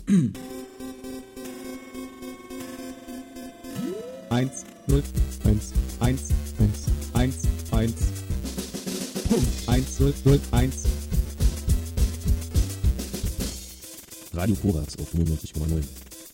1, 0, 1, 1, 1, 1, 1. Punkt. 1, 0, 0, 1. Radio Korax auf 99,9.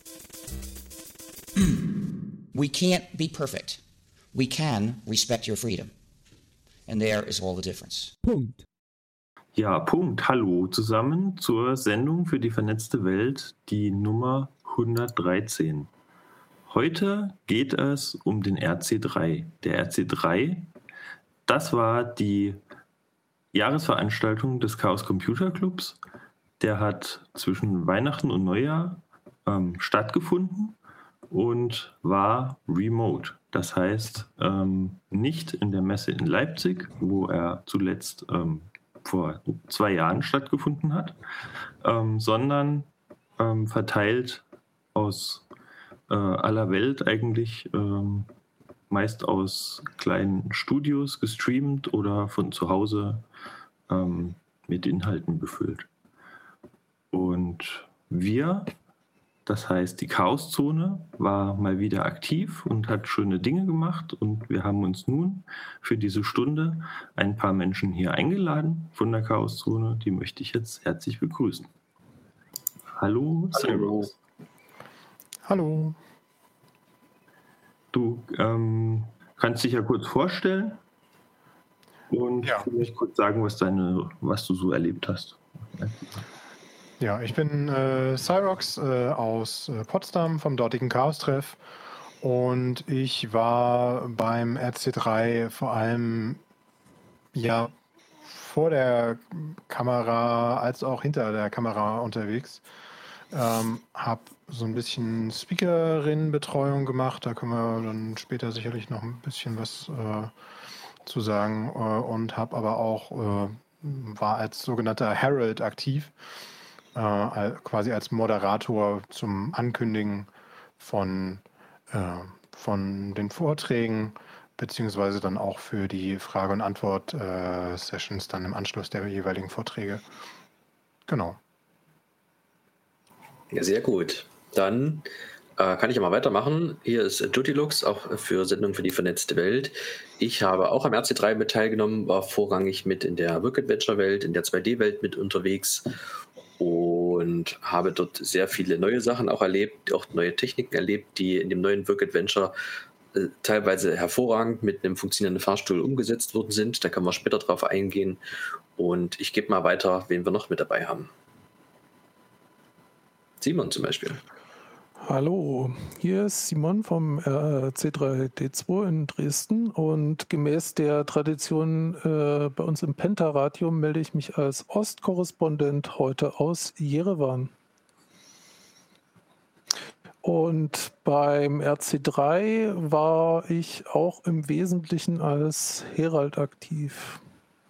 We can't be perfect. We can respect your freedom. And there is all the difference. Punkt. Ja, Punkt. Hallo zusammen zur Sendung für die vernetzte Welt, die Nummer 113. Heute geht es um den RC3. Der RC3, das war die Jahresveranstaltung des Chaos Computer Clubs. Der hat zwischen Weihnachten und Neujahr stattgefunden und war remote. Das heißt, nicht in der Messe in Leipzig, wo er zuletzt vor 2 Jahren stattgefunden hat, sondern verteilt aus aller Welt eigentlich, meist aus kleinen Studios gestreamt oder von zu Hause mit Inhalten befüllt. Und wir, das heißt die Chaoszone, war mal wieder aktiv und hat schöne Dinge gemacht, und wir haben uns nun für diese Stunde ein paar Menschen hier eingeladen von der Chaoszone, die möchte ich jetzt herzlich begrüßen. Hallo. Hallo. Hallo. Du kannst dich ja kurz vorstellen und vielleicht kurz sagen, was du so erlebt hast. Ja, ich bin Cyrox aus Potsdam vom dortigen Chaos-Treff, und ich war beim RC3 vor allem vor der Kamera als auch hinter der Kamera unterwegs. Habe so ein bisschen Speakerin-Betreuung gemacht, da können wir dann später sicherlich noch ein bisschen was zu sagen, und habe aber auch, war als sogenannter Herald aktiv, quasi als Moderator zum Ankündigen von den Vorträgen, beziehungsweise dann auch für die Frage- und Antwort-Sessions dann im Anschluss der jeweiligen Vorträge. Genau. Ja, sehr gut. Dann kann ich ja mal weitermachen. Hier ist Jutilux, auch für Sendung für die vernetzte Welt. Ich habe auch am RC3 mit teilgenommen, war vorrangig mit in der Work-Adventure-Welt, in der 2D-Welt mit unterwegs und habe dort sehr viele neue Sachen auch erlebt, auch neue Techniken erlebt, die in dem neuen Work-Adventure teilweise hervorragend mit einem funktionierenden Fahrstuhl umgesetzt worden sind. Da können wir später drauf eingehen. Und ich gebe mal weiter, wen wir noch mit dabei haben. Simon zum Beispiel. Hallo, hier ist Simon vom C3D2 in Dresden, und gemäß der Tradition bei uns im Penta-Radio melde ich mich als Ostkorrespondent heute aus Jerewan. Und beim RC3 war ich auch im Wesentlichen als Herald aktiv.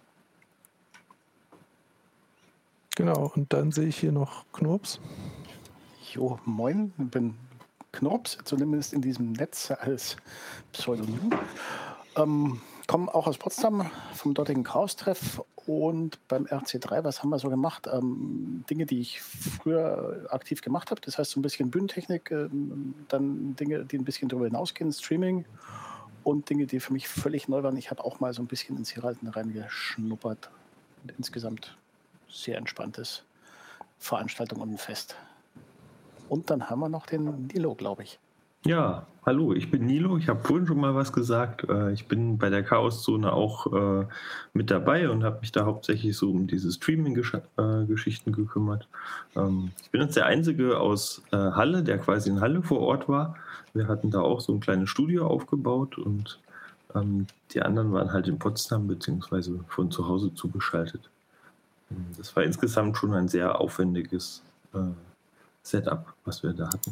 Genau, und dann sehe ich hier noch Knurps. Jo, moin, ich bin Knurps, zumindest in diesem Netz als Pseudonym. Komme auch aus Potsdam, vom dortigen Chaos-Treff, und beim RC3, was haben wir so gemacht? Dinge, die ich früher aktiv gemacht habe, das heißt so ein bisschen Bühnentechnik, dann Dinge, die ein bisschen darüber hinausgehen, Streaming, und Dinge, die für mich völlig neu waren. Ich habe auch mal so ein bisschen ins Heralden reingeschnuppert. Und insgesamt sehr entspanntes Veranstaltung und ein Fest. Und dann haben wir noch den Nilo, glaube ich. Ja, hallo, ich bin Nilo. Ich habe vorhin schon mal was gesagt. Ich bin bei der Chaoszone auch mit dabei und habe mich da hauptsächlich so um diese Streaming-Geschichten gekümmert. Ich bin jetzt der Einzige aus Halle, der quasi in Halle vor Ort war. Wir hatten da auch so ein kleines Studio aufgebaut, und die anderen waren halt in Potsdam beziehungsweise von zu Hause zugeschaltet. Das war insgesamt schon ein sehr aufwendiges Setup, was wir da hatten.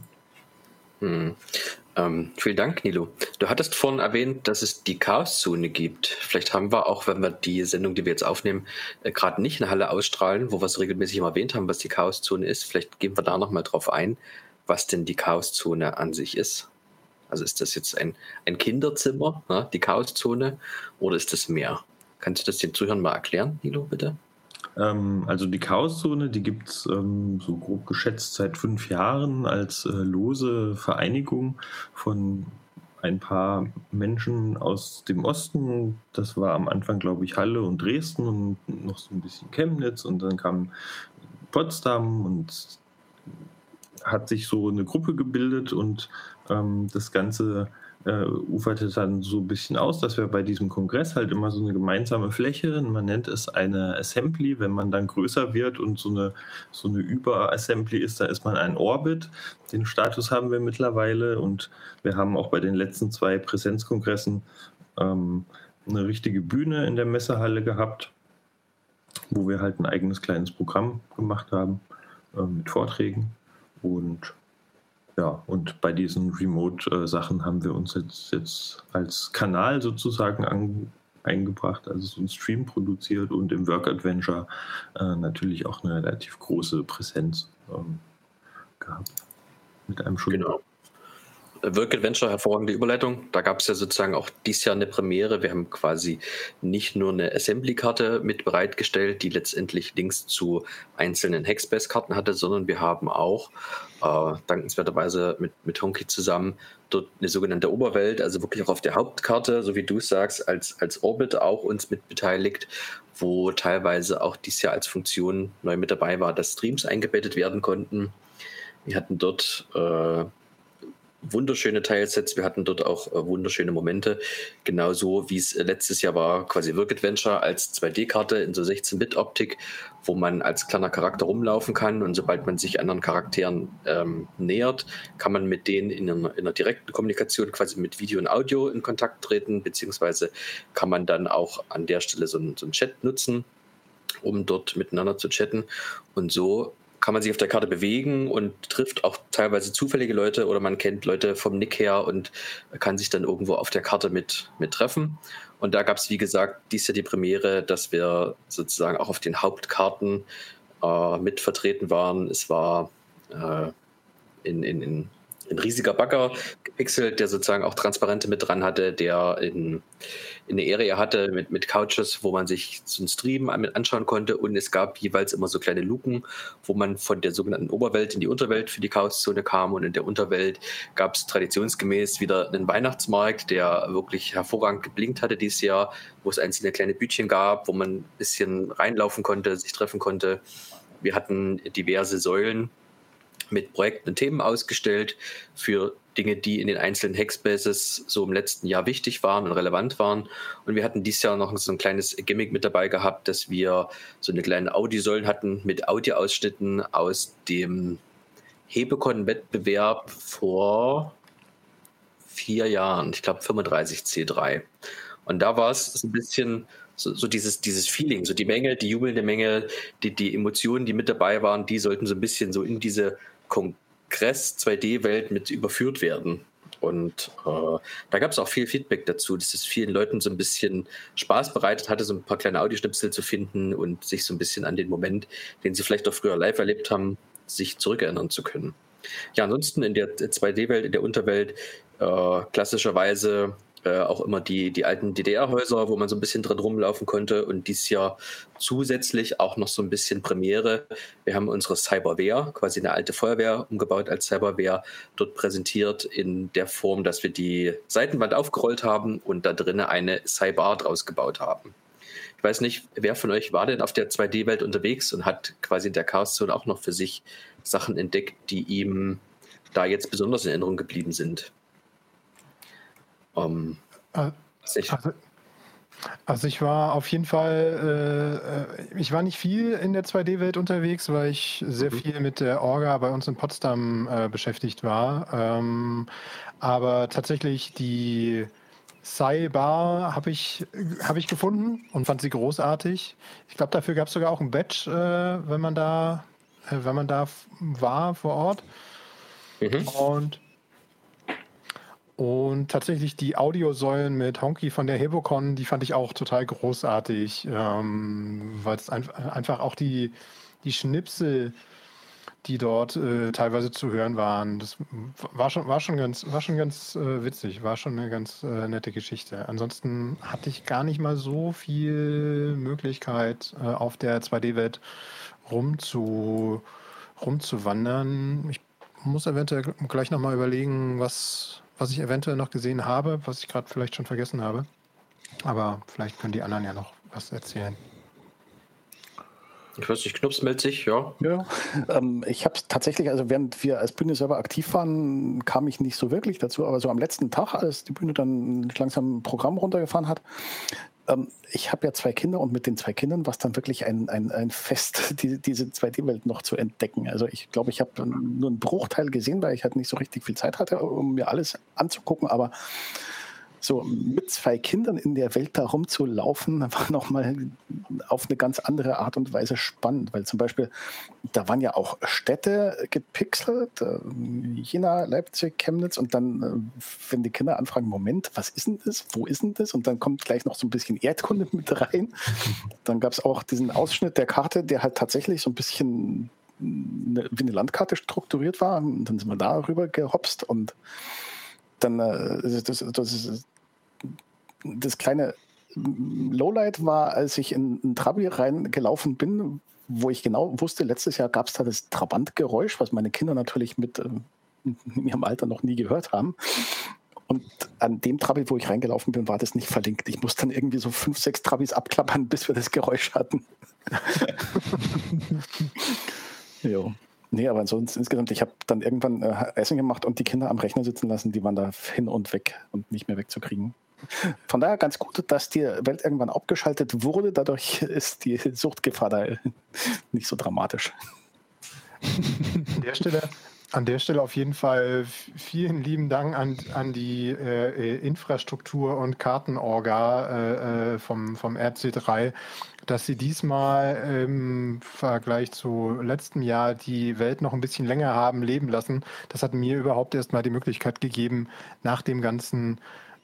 Vielen Dank, Nilo. Du hattest vorhin erwähnt, dass es die Chaoszone gibt. Vielleicht haben wir auch, wenn wir die Sendung, die wir jetzt aufnehmen, gerade nicht in Halle ausstrahlen, wo wir es regelmäßig immer erwähnt haben, was die Chaoszone ist. Vielleicht gehen wir da nochmal drauf ein, was denn die Chaoszone an sich ist. Also ist das jetzt ein Kinderzimmer, ne, die Chaoszone, oder ist das mehr? Kannst du das den Zuhörern mal erklären, Nilo, bitte? Also die Chaoszone, die gibt es so grob geschätzt seit 5 Jahren als lose Vereinigung von ein paar Menschen aus dem Osten. Das war am Anfang, glaube ich, Halle und Dresden und noch so ein bisschen Chemnitz und dann kam Potsdam und hat sich so eine Gruppe gebildet und das Ganze uferte dann so ein bisschen aus, dass wir bei diesem Kongress halt immer so eine gemeinsame Fläche, man nennt es eine Assembly, wenn man dann größer wird und so eine Über-Assembly ist, da ist man ein Orbit. Den Status haben wir mittlerweile und wir haben auch bei den letzten 2 Präsenzkongressen eine richtige Bühne in der Messehalle gehabt, wo wir halt ein eigenes kleines Programm gemacht haben mit Vorträgen und ja, und bei diesen Remote-Sachen haben wir uns jetzt als Kanal sozusagen eingebracht, also so einen Stream produziert und im Work Adventure natürlich auch eine relativ große Präsenz gehabt. Mit einem schon. Genau. Work Adventure, hervorragende Überleitung. Da gab es ja sozusagen auch dieses Jahr eine Premiere. Wir haben quasi nicht nur eine Assembly-Karte mit bereitgestellt, die letztendlich Links zu einzelnen Hackspace-Karten hatte, sondern wir haben auch dankenswerterweise mit Honky zusammen dort eine sogenannte Oberwelt, also wirklich auch auf der Hauptkarte, so wie du es sagst, als Orbit auch uns mit beteiligt, wo teilweise auch dieses Jahr als Funktion neu mit dabei war, dass Streams eingebettet werden konnten. Wir hatten dort wunderschöne Teilsets, wir hatten dort auch wunderschöne Momente, genauso wie es letztes Jahr war, quasi Work Adventure als 2D-Karte in so 16-Bit-Optik, wo man als kleiner Charakter rumlaufen kann und sobald man sich anderen Charakteren nähert, kann man mit denen in einer direkten Kommunikation quasi mit Video und Audio in Kontakt treten, beziehungsweise kann man dann auch an der Stelle so einen Chat nutzen, um dort miteinander zu chatten und so kann man sich auf der Karte bewegen und trifft auch teilweise zufällige Leute oder man kennt Leute vom Nick her und kann sich dann irgendwo auf der Karte mit treffen. Und da gab es, wie gesagt, dies Jahr die Premiere, dass wir sozusagen auch auf den Hauptkarten mit vertreten waren. Es war in riesiger Bagger gepixelt, der sozusagen auch Transparente mit dran hatte, der in eine Area hatte mit Couches, wo man sich so einen Stream mit anschauen konnte und es gab jeweils immer so kleine Luken, wo man von der sogenannten Oberwelt in die Unterwelt für die Chaoszone kam und in der Unterwelt gab es traditionsgemäß wieder einen Weihnachtsmarkt, der wirklich hervorragend geblinkt hatte dieses Jahr, wo es einzelne kleine Bütchen gab, wo man ein bisschen reinlaufen konnte, sich treffen konnte. Wir hatten diverse Säulen mit Projekten und Themen ausgestellt für Dinge, die in den einzelnen Hackspaces so im letzten Jahr wichtig waren und relevant waren. Und wir hatten dieses Jahr noch so ein kleines Gimmick mit dabei gehabt, dass wir so eine kleine Audiosäulen hatten mit Audioausschnitten aus dem Hebecon-Wettbewerb vor 4 Jahren, ich glaube 35C3. Und da war es so ein bisschen so dieses Feeling, so die Menge, die jubelnde Menge, die Emotionen, die mit dabei waren, die sollten so ein bisschen so in diese Kongress-2D-Welt mit überführt werden. Und da gab es auch viel Feedback dazu, dass es vielen Leuten so ein bisschen Spaß bereitet hatte, so ein paar kleine Audioschnipsel zu finden und sich so ein bisschen an den Moment, den sie vielleicht auch früher live erlebt haben, sich zurückerinnern zu können. Ja, ansonsten in der 2D-Welt, in der Unterwelt, klassischerweise auch immer die alten DDR-Häuser, wo man so ein bisschen drin rumlaufen konnte und dieses Jahr zusätzlich auch noch so ein bisschen Premiere. Wir haben unsere Cyberwehr, quasi eine alte Feuerwehr umgebaut als Cyberwehr, dort präsentiert in der Form, dass wir die Seitenwand aufgerollt haben und da drinnen eine Cyber draus gebaut haben. Ich weiß nicht, wer von euch war denn auf der 2D-Welt unterwegs und hat quasi in der Chaoszone auch noch für sich Sachen entdeckt, die ihm da jetzt besonders in Erinnerung geblieben sind? Also ich war auf jeden Fall, ich war nicht viel in der 2D-Welt unterwegs, weil ich sehr viel mit der Orga bei uns in Potsdam beschäftigt war. Aber tatsächlich die Cybar habe ich gefunden und fand sie großartig. Ich glaube, dafür gab es sogar auch ein Badge, wenn man da war vor Ort. Und tatsächlich die Audiosäulen mit Honky von der Hebocon, die fand ich auch total großartig, weil es einfach auch die Schnipsel, die dort teilweise zu hören waren. Das war schon ganz witzig, war schon eine ganz nette Geschichte. Ansonsten hatte ich gar nicht mal so viel Möglichkeit, auf der 2D-Welt rumzuwandern. Ich muss eventuell gleich nochmal überlegen, was ich eventuell noch gesehen habe, was ich gerade vielleicht schon vergessen habe. Aber vielleicht können die anderen ja noch was erzählen. Ich weiß nicht, Knups meldet sich, ja. Ja, ich habe tatsächlich, also während wir als Bühne selber aktiv waren, kam ich nicht so wirklich dazu, aber so am letzten Tag, als die Bühne dann langsam ein Programm runtergefahren hat, ich habe ja 2 Kinder und mit den 2 Kindern war es dann wirklich ein Fest, diese 2D-Welt noch zu entdecken. Also ich glaube, ich habe nur einen Bruchteil gesehen, weil ich halt nicht so richtig viel Zeit hatte, um mir alles anzugucken, aber so mit 2 Kindern in der Welt da rumzulaufen, war nochmal auf eine ganz andere Art und Weise spannend, weil zum Beispiel, da waren ja auch Städte gepixelt, Jena, Leipzig, Chemnitz, und dann, wenn die Kinder anfragen, Moment, was ist denn das, wo ist denn das? Und dann kommt gleich noch so ein bisschen Erdkunde mit rein. Dann gab es auch diesen Ausschnitt der Karte, der halt tatsächlich so ein bisschen wie eine Landkarte strukturiert war, und dann sind wir da rüber gehopst und dann das kleine Lowlight war, als ich in ein Trabi reingelaufen bin, wo ich genau wusste, letztes Jahr gab es da das Trabantgeräusch, was meine Kinder natürlich mit in ihrem Alter noch nie gehört haben. Und an dem Trabi, wo ich reingelaufen bin, war das nicht verlinkt. Ich musste dann irgendwie so 5, 6 Trabis abklappern, bis wir das Geräusch hatten. Jo. Nee, aber ansonsten insgesamt, ich habe dann irgendwann Essen gemacht und die Kinder am Rechner sitzen lassen, die waren da hin und weg und nicht mehr wegzukriegen. Von daher ganz gut, dass die Welt irgendwann abgeschaltet wurde, dadurch ist die Suchtgefahr da nicht so dramatisch. An der Stelle auf jeden Fall vielen lieben Dank an die Infrastruktur- und Kartenorga vom RC3, dass sie diesmal im Vergleich zu letztem Jahr die Welt noch ein bisschen länger haben leben lassen. Das hat mir überhaupt erstmal die Möglichkeit gegeben, nach dem ganzen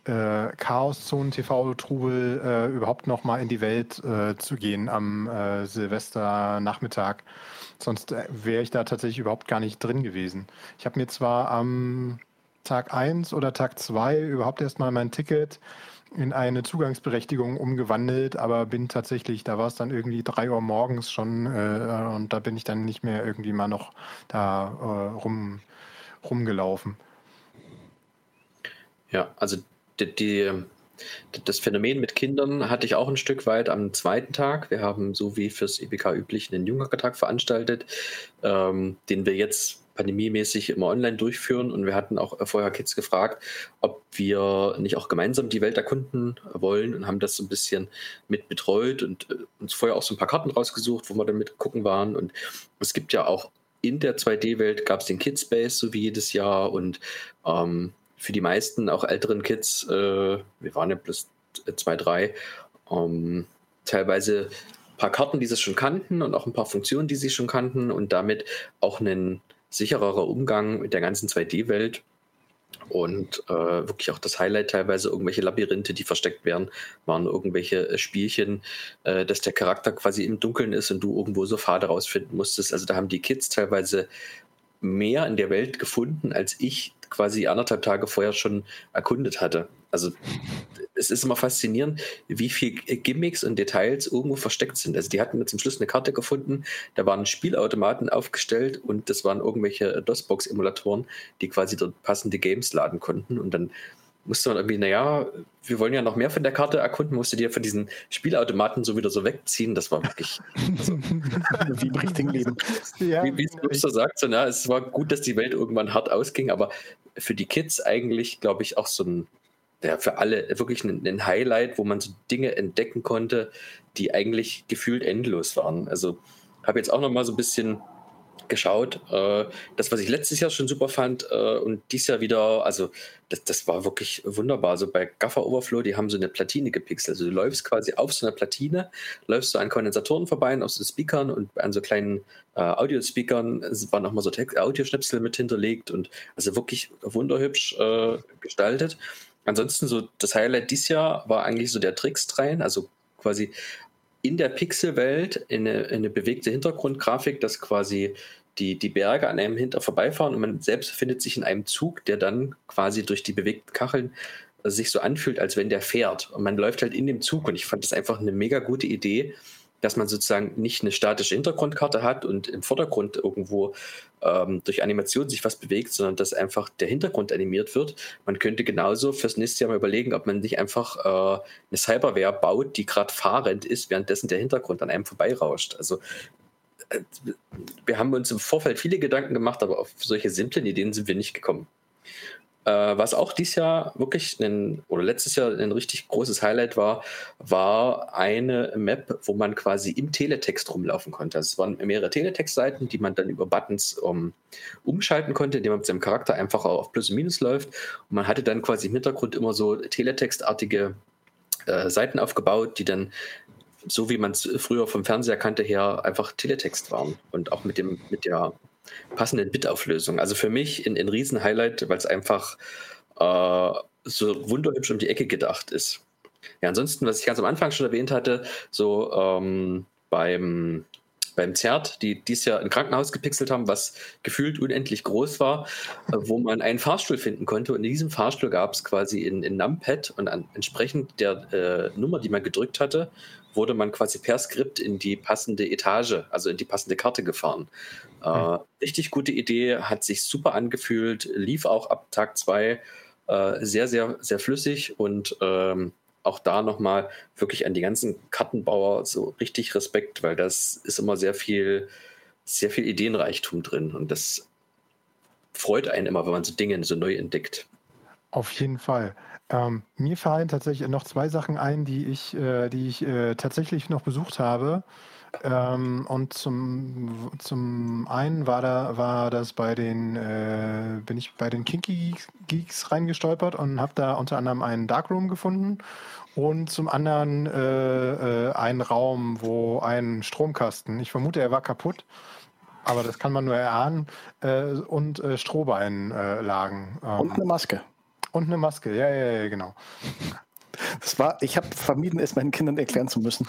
Chaoszonen-TV-Trubel überhaupt noch mal in die Welt zu gehen am Silvesternachmittag. Sonst wäre ich da tatsächlich überhaupt gar nicht drin gewesen. Ich habe mir zwar am Tag 1 oder Tag 2 überhaupt erstmal mein Ticket in eine Zugangsberechtigung umgewandelt, aber bin tatsächlich, da war es dann irgendwie 3 Uhr morgens schon und da bin ich dann nicht mehr irgendwie mal noch da rumgelaufen. Ja, also das Phänomen mit Kindern hatte ich auch ein Stück weit am 2. Tag. Wir haben, so wie fürs EBK üblich, einen Junghackertag veranstaltet, den wir jetzt pandemiemäßig immer online durchführen. Und wir hatten auch vorher Kids gefragt, ob wir nicht auch gemeinsam die Welt erkunden wollen, und haben das so ein bisschen mit betreut und uns vorher auch so ein paar Karten rausgesucht, wo wir dann mit gucken waren. Und es gibt ja auch in der 2D-Welt gab es den Kidspace, so wie jedes Jahr, und für die meisten, auch älteren Kids, wir waren ja plus 2, 3, teilweise ein paar Karten, die sie schon kannten und auch ein paar Funktionen, die sie schon kannten, und damit auch ein sichererer Umgang mit der ganzen 2D-Welt. Und wirklich auch das Highlight, teilweise irgendwelche Labyrinthe, die versteckt werden, waren irgendwelche Spielchen, dass der Charakter quasi im Dunkeln ist und du irgendwo so Pfade rausfinden musstest. Also da haben die Kids teilweise mehr in der Welt gefunden, als ich quasi 1,5 Tage vorher schon erkundet hatte. Also es ist immer faszinierend, wie viel Gimmicks und Details irgendwo versteckt sind. Also die hatten mir zum Schluss eine Karte gefunden, da waren Spielautomaten aufgestellt und das waren irgendwelche DOS-Box-Emulatoren, die quasi dort passende Games laden konnten, und dann musste man irgendwie, naja, wir wollen ja noch mehr von der Karte erkunden, musste die ja von diesen Spielautomaten so wieder so wegziehen. Das war wirklich also, wie im richtigen Leben. Ja, wie es so sagt, so, na, es war gut, dass die Welt irgendwann hart ausging, aber für die Kids eigentlich, glaube ich, auch so ein, ja, für alle wirklich ein Highlight, wo man so Dinge entdecken konnte, die eigentlich gefühlt endlos waren. Also habe jetzt auch noch mal so ein bisschen geschaut. Das, was ich letztes Jahr schon super fand und dieses Jahr wieder, also das war wirklich wunderbar. Also bei Gaffer Overflow, die haben so eine Platine gepixelt. Also du läufst quasi auf so einer Platine, läufst so an Kondensatoren vorbei, auf so Speakern und an so kleinen Audiospeakern waren auch mal so Audioschnipsel mit hinterlegt, und also wirklich wunderhübsch gestaltet. Ansonsten so das Highlight dieses Jahr war eigentlich so der Trickstrain, also quasi in der Pixelwelt in eine bewegte Hintergrundgrafik, dass quasi die Berge an einem hinter vorbeifahren und man selbst befindet sich in einem Zug, der dann quasi durch die bewegten Kacheln sich so anfühlt, als wenn der fährt. Und man läuft halt in dem Zug und ich fand das einfach eine mega gute Idee, dass man sozusagen nicht eine statische Hintergrundkarte hat und im Vordergrund irgendwo durch Animation sich was bewegt, sondern dass einfach der Hintergrund animiert wird. Man könnte genauso fürs nächste Jahr mal überlegen, ob man nicht einfach eine Cyberware baut, die gerade fahrend ist, währenddessen der Hintergrund an einem vorbeirauscht. Also wir haben uns im Vorfeld viele Gedanken gemacht, aber auf solche simplen Ideen sind wir nicht gekommen. Was auch dieses Jahr wirklich letztes Jahr ein richtig großes Highlight war eine Map, wo man quasi im Teletext rumlaufen konnte. Also es waren mehrere Teletext-Seiten, die man dann über Buttons umschalten konnte, indem man mit seinem Charakter einfach auf Plus und Minus läuft. Und man hatte dann quasi im Hintergrund immer so Teletextartige Seiten aufgebaut, die dann, so wie man es früher vom Fernseher kannte her, einfach Teletext waren. Und auch mit der passenden Bitauflösung. Also für mich ein Riesen-Highlight, weil es einfach so wunderhübsch um die Ecke gedacht ist. Ja, ansonsten, was ich ganz am Anfang schon erwähnt hatte, so beim ZERT, die dieses Jahr ein Krankenhaus gepixelt haben, was gefühlt unendlich groß war, wo man einen Fahrstuhl finden konnte. Und in diesem Fahrstuhl gab es quasi in Numpad und entsprechend der Nummer, die man gedrückt hatte, wurde man quasi per Skript in die passende Etage, also in die passende Karte gefahren. Richtig gute Idee, hat sich super angefühlt, lief auch ab Tag 2 sehr, sehr, sehr flüssig und auch da nochmal wirklich an die ganzen Kartenbauer so richtig Respekt, weil das ist immer sehr viel Ideenreichtum drin und das freut einen immer, wenn man so Dinge so neu entdeckt. Auf jeden Fall. Mir fallen tatsächlich noch 2 Sachen ein, die ich tatsächlich noch besucht habe. Und zum einen war das bin ich bei den Kinky Geeks reingestolpert und habe da unter anderem einen Darkroom gefunden und zum anderen einen Raum, wo ein Stromkasten, ich vermute, er war kaputt, aber das kann man nur erahnen, und Strohballen lagen. Und eine Maske. Und eine Maske, ja, genau. Ich habe vermieden, es meinen Kindern erklären zu müssen.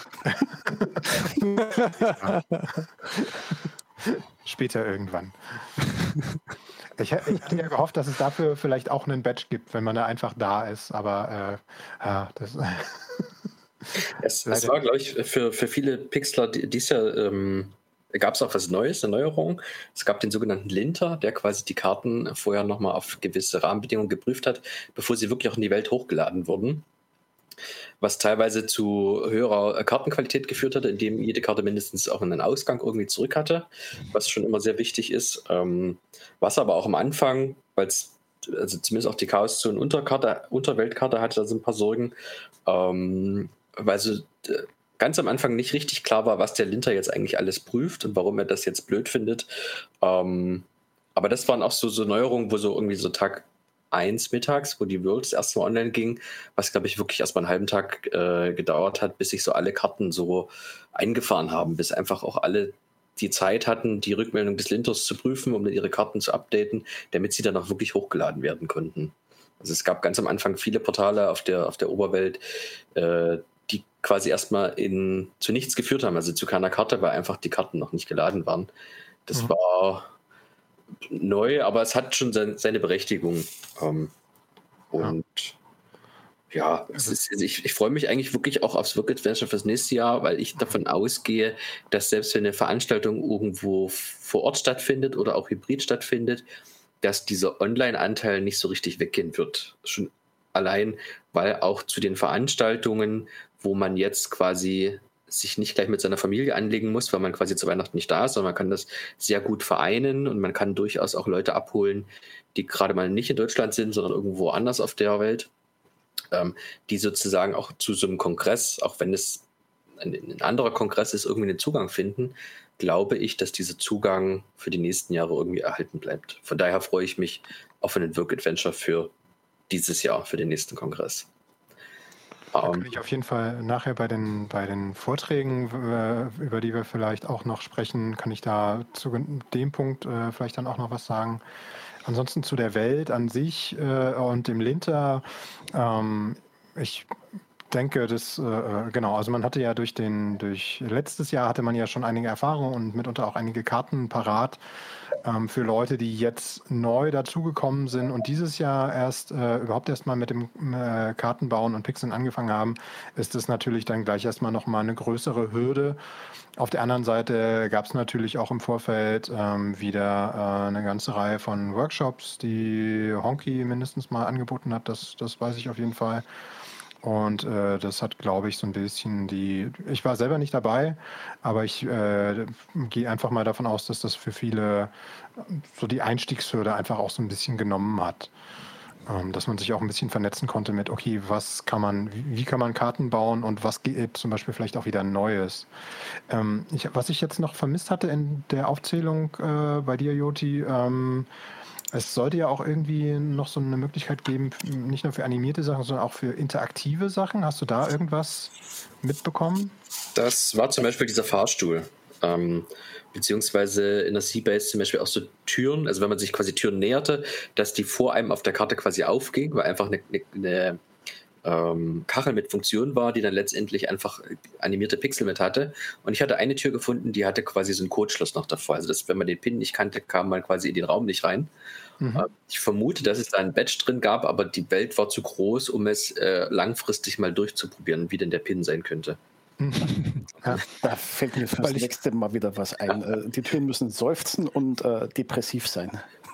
Später irgendwann. Ich hatte ja gehofft, dass es dafür vielleicht auch einen Badge gibt, wenn man da einfach da ist, aber das... Es war, glaube ich, für viele Pixler dieses Jahr gab es auch was Neues, eine Neuerung. Es gab den sogenannten Linter, der quasi die Karten vorher nochmal auf gewisse Rahmenbedingungen geprüft hat, bevor sie wirklich auch in die Welt hochgeladen wurden. Was teilweise zu höherer Kartenqualität geführt hatte, indem jede Karte mindestens auch einen Ausgang irgendwie zurück hatte, was schon immer sehr wichtig ist. Was aber auch am Anfang, weil es, also zumindest auch die Chaos-Zone Unterweltkarte hatte da so ein paar Sorgen, weil so ganz am Anfang nicht richtig klar war, was der Linter jetzt eigentlich alles prüft und warum er das jetzt blöd findet. Aber das waren auch so Neuerungen, wo so irgendwie so Tag 1 mittags, wo die World das erste Mal online ging, was, glaube ich, wirklich erst mal einen halben Tag gedauert hat, bis sich so alle Karten so eingefahren haben, bis einfach auch alle die Zeit hatten, die Rückmeldung des Linters zu prüfen, um ihre Karten zu updaten, damit sie dann auch wirklich hochgeladen werden konnten. Also es gab ganz am Anfang viele Portale auf der Oberwelt, die quasi erstmal zu nichts geführt haben, also zu keiner Karte, weil einfach die Karten noch nicht geladen waren. Das war neu, aber es hat schon seine Berechtigung. Ich freue mich eigentlich wirklich auch aufs Work Adventure fürs nächste Jahr, weil ich davon ausgehe, dass selbst wenn eine Veranstaltung irgendwo vor Ort stattfindet oder auch hybrid stattfindet, dass dieser Online-Anteil nicht so richtig weggehen wird. Schon allein, weil auch zu den Veranstaltungen, wo man jetzt quasi sich nicht gleich mit seiner Familie anlegen muss, weil man quasi zu Weihnachten nicht da ist, sondern man kann das sehr gut vereinen und man kann durchaus auch Leute abholen, die gerade mal nicht in Deutschland sind, sondern irgendwo anders auf der Welt, die sozusagen auch zu so einem Kongress, auch wenn es ein anderer Kongress ist, irgendwie einen Zugang finden, glaube ich, dass dieser Zugang für die nächsten Jahre irgendwie erhalten bleibt. Von daher freue ich mich auf einen Work Adventure für dieses Jahr, für den nächsten Kongress. Da kann ich auf jeden Fall nachher bei den Vorträgen, über die wir vielleicht auch noch sprechen, kann ich da zu dem Punkt vielleicht dann auch noch was sagen. Ansonsten zu der Welt an sich und dem Linter. denke, genau, also man hatte ja durch letztes Jahr hatte man ja schon einige Erfahrungen und mitunter auch einige Karten parat für Leute, die jetzt neu dazugekommen sind und dieses Jahr überhaupt erst mal mit dem Kartenbauen und Pixeln angefangen haben, ist das natürlich dann gleich erstmal nochmal eine größere Hürde. Auf der anderen Seite gab es natürlich auch im Vorfeld wieder eine ganze Reihe von Workshops, die Honky mindestens mal angeboten hat, das weiß ich auf jeden Fall. Und das hat, glaube ich, so ein bisschen ich war selber nicht dabei, aber ich gehe einfach mal davon aus, dass das für viele so die Einstiegshürde einfach auch so ein bisschen genommen hat. Dass man sich auch ein bisschen vernetzen konnte mit, okay, wie kann man Karten bauen und was geht zum Beispiel vielleicht auch wieder Neues. Was ich jetzt noch vermisst hatte in der Aufzählung bei dir, Joti, es sollte ja auch irgendwie noch so eine Möglichkeit geben, nicht nur für animierte Sachen, sondern auch für interaktive Sachen. Hast du da irgendwas mitbekommen? Das war zum Beispiel dieser Fahrstuhl. Beziehungsweise in der Seabase zum Beispiel auch so Türen, also wenn man sich quasi Türen näherte, dass die vor einem auf der Karte quasi aufging, weil einfach eine Kachel mit Funktion war, die dann letztendlich einfach animierte Pixel mit hatte. Und ich hatte eine Tür gefunden, die hatte quasi so einen Codeschluss noch davor. Also wenn man den Pin nicht kannte, kam man quasi in den Raum nicht rein. Ich vermute, dass es da ein Badge drin gab, aber die Welt war zu groß, um es langfristig mal durchzuprobieren, wie denn der Pin sein könnte. Ja, da fällt mir fürs nächste Mal wieder was ein. Die Türen müssen seufzen und depressiv sein.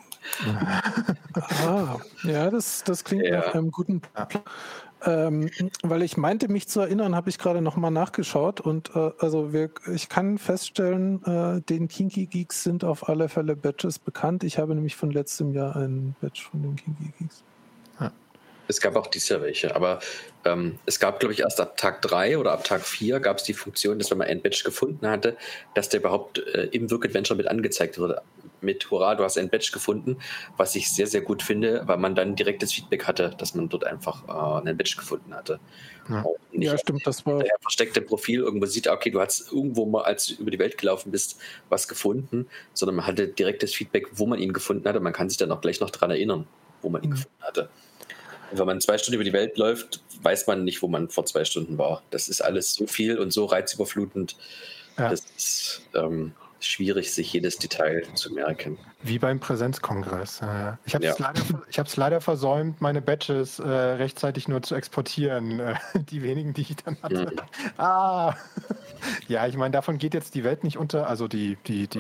Ja, das klingt nach einem guten Plan. Weil ich meinte, mich zu erinnern, habe ich gerade nochmal nachgeschaut und ich kann feststellen, den Kinky Geeks sind auf alle Fälle Badges bekannt. Ich habe nämlich von letztem Jahr einen Badge von den Kinky Geeks. Es gab auch dieses Jahr welche, aber es gab, glaube ich, erst ab Tag 3 oder ab Tag 4 gab es die Funktion, dass wenn man einen Badge gefunden hatte, dass der überhaupt im Work-Adventure mit angezeigt wurde. Mit Hurra, du hast einen Badge gefunden, was ich sehr, sehr gut finde, weil man dann direktes Feedback hatte, dass man dort einfach einen Badge gefunden hatte. Ja, stimmt, das war... Der versteckte Profil irgendwo sieht, okay, du hast irgendwo mal, als du über die Welt gelaufen bist, was gefunden, sondern man hatte direktes Feedback, wo man ihn gefunden hatte. Man kann sich dann auch gleich noch daran erinnern, wo man ihn gefunden hatte. Und wenn man 2 Stunden über die Welt läuft, weiß man nicht, wo man vor 2 Stunden war. Das ist alles so viel und so reizüberflutend. Ja. Das ist schwierig, sich jedes Detail zu merken. Wie beim Präsenzkongress. Ich habe es leider versäumt, meine Badges rechtzeitig nur zu exportieren. Die wenigen, die ich dann hatte. Ja, ich meine, davon geht jetzt die Welt nicht unter. Also die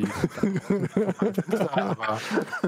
aber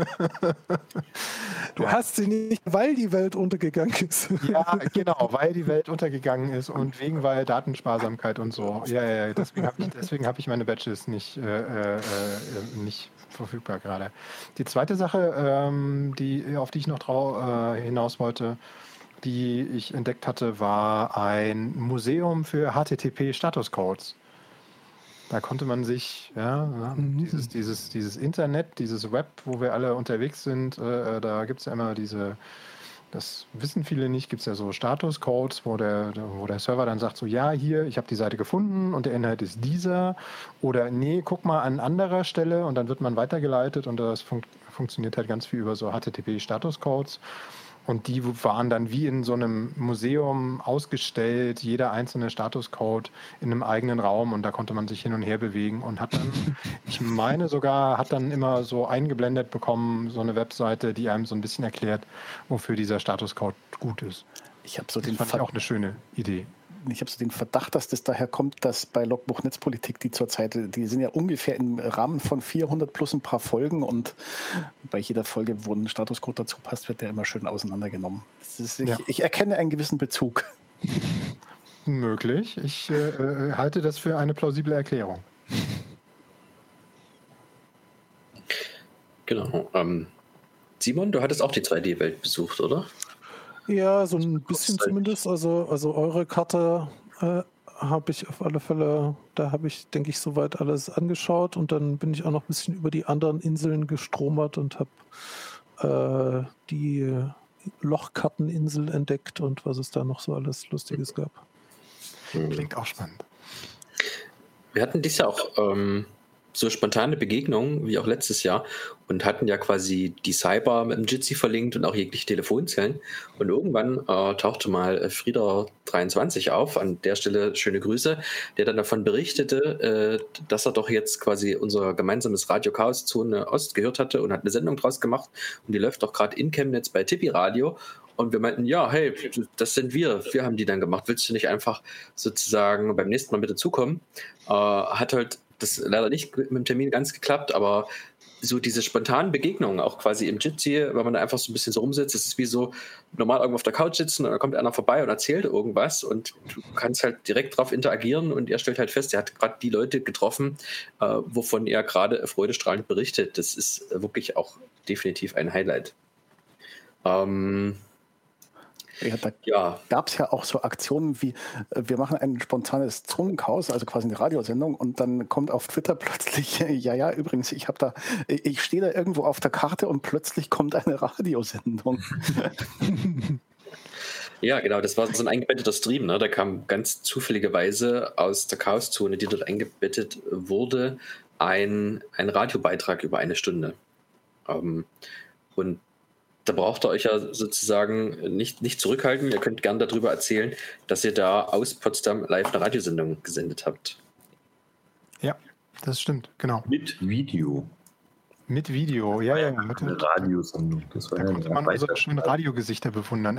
Du hast sie nicht, weil die Welt untergegangen ist. Ja, genau, weil die Welt untergegangen ist und weil Datensparsamkeit und so. Ja, deswegen hab ich meine Badges nicht verfügbar gerade. Die zweite Sache, auf die ich noch hinaus wollte, die ich entdeckt hatte, war ein Museum für HTTP-Statuscodes. Da konnte man sich, dieses Internet, dieses Web, wo wir alle unterwegs sind, da gibt es ja immer das wissen viele nicht, gibt es ja so Statuscodes, wo der Server dann sagt so, ja, hier, ich habe die Seite gefunden und der Inhalt ist dieser. Oder nee, guck mal an anderer Stelle und dann wird man weitergeleitet und das funktioniert halt ganz viel über so HTTP-Statuscodes. Und die waren dann wie in so einem Museum ausgestellt, jeder einzelne Statuscode in einem eigenen Raum und da konnte man sich hin und her bewegen und hat dann, ich meine sogar, hat dann immer so eingeblendet bekommen, so eine Webseite, die einem so ein bisschen erklärt, wofür dieser Statuscode gut ist. Das fand ich auch eine schöne Idee. Ich habe so den Verdacht, dass das daher kommt, dass bei Logbuch Netzpolitik die sind ja ungefähr im Rahmen von 400 plus ein paar Folgen und bei jeder Folge, wo ein Statuscode dazu passt, wird der immer schön auseinandergenommen. Ich erkenne einen gewissen Bezug. Möglich. Ich halte das für eine plausible Erklärung. Genau. Simon, du hattest auch die 3D-Welt besucht, oder? Ja, so ein bisschen zumindest. Also eure Karte habe ich auf alle Fälle, da habe ich, denke ich, soweit alles angeschaut und dann bin ich auch noch ein bisschen über die anderen Inseln gestromert und habe die Lochkarteninsel entdeckt und was es da noch so alles Lustiges gab. Klingt auch spannend. Wir hatten dies Jahr auch so spontane Begegnungen wie auch letztes Jahr und hatten ja quasi die Cyber mit dem Jitsi verlinkt und auch jegliche Telefonzellen. Und irgendwann tauchte mal Frieder23 auf, an der Stelle schöne Grüße, der dann davon berichtete, dass er doch jetzt quasi unser gemeinsames Radio Chaos Zone Ost gehört hatte und hat eine Sendung draus gemacht und die läuft doch gerade in Chemnitz bei Tippi Radio. Und wir meinten, ja, hey, das sind wir haben die dann gemacht. Willst du nicht einfach sozusagen beim nächsten Mal mit dazukommen? Hat halt das leider nicht mit dem Termin ganz geklappt, aber so diese spontanen Begegnungen, auch quasi im Jitsi, wenn man da einfach so ein bisschen so rumsitzt, das ist wie so normal irgendwo auf der Couch sitzen und dann kommt einer vorbei und erzählt irgendwas und du kannst halt direkt drauf interagieren und er stellt halt fest, er hat gerade die Leute getroffen, wovon er gerade freudestrahlend berichtet. Das ist wirklich auch definitiv ein Highlight. Da gab es ja auch so Aktionen wie, wir machen ein spontanes Zonenchaos, also quasi eine Radiosendung und dann kommt auf Twitter plötzlich, übrigens, ich stehe da irgendwo auf der Karte und plötzlich kommt eine Radiosendung. Ja, genau, das war so ein eingebetteter Stream, ne? Da kam ganz zufälligerweise aus der Chaoszone, die dort eingebettet wurde, ein Radiobeitrag über 1 Stunde. Und da braucht ihr euch ja sozusagen nicht zurückhalten. Ihr könnt gern darüber erzählen, dass ihr da aus Potsdam live eine Radiosendung gesendet habt. Ja, das stimmt, genau. Mit Video. Mit Video, ja. Eine Radiosendung. Das war da ja konnte man unsere schönen Radiogesichter bewundern.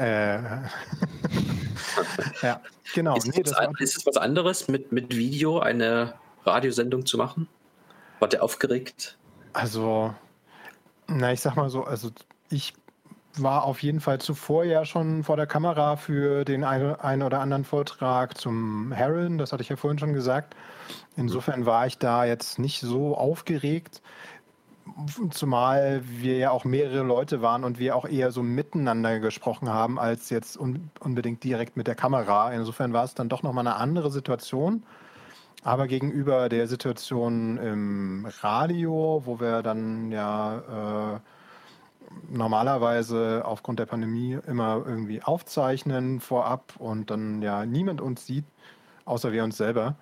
Ja, genau. Ist es was anderes, mit Video eine Radiosendung zu machen? Wart ihr aufgeregt? Also, ich sag mal so, ich war auf jeden Fall zuvor ja schon vor der Kamera für den einen oder anderen Vortrag zum Heron, das hatte ich ja vorhin schon gesagt. Insofern war ich da jetzt nicht so aufgeregt, zumal wir ja auch mehrere Leute waren und wir auch eher so miteinander gesprochen haben, als jetzt unbedingt direkt mit der Kamera. Insofern war es dann doch nochmal eine andere Situation. Aber gegenüber der Situation im Radio, wo wir dann ja normalerweise aufgrund der Pandemie immer irgendwie aufzeichnen vorab und dann ja niemand uns sieht, außer wir uns selber,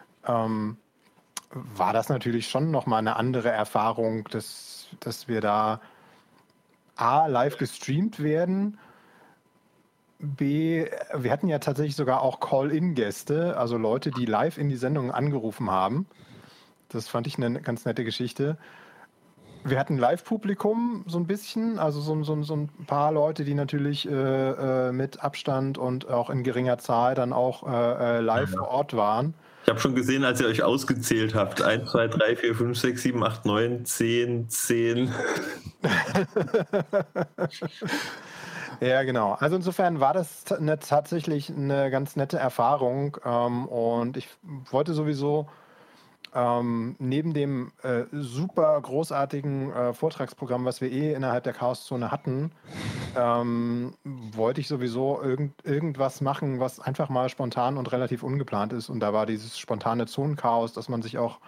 war das natürlich schon nochmal eine andere Erfahrung, dass wir da A, live gestreamt werden, B, wir hatten ja tatsächlich sogar auch Call-in-Gäste, also Leute, die live in die Sendung angerufen haben. Das fand ich eine ganz nette Geschichte. Wir hatten Live-Publikum so ein bisschen, also so ein paar Leute, die natürlich mit Abstand und auch in geringer Zahl dann auch live vor Ort waren. Ich habe schon gesehen, als ihr euch ausgezählt habt. 1, 2, 3, 4, 5, 6, 7, 8, 9, 10. Ja, genau. Also insofern war das tatsächlich eine ganz nette Erfahrung. Und ich wollte sowieso neben dem super großartigen Vortragsprogramm, was wir innerhalb der Chaoszone hatten, wollte ich sowieso irgendwas machen, was einfach mal spontan und relativ ungeplant ist. Und da war dieses spontane Zonenchaos, das man sich auch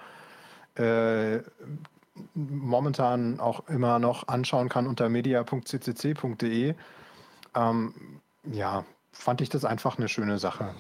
momentan auch immer noch anschauen kann unter media.ccc.de. Fand ich das einfach eine schöne Sache.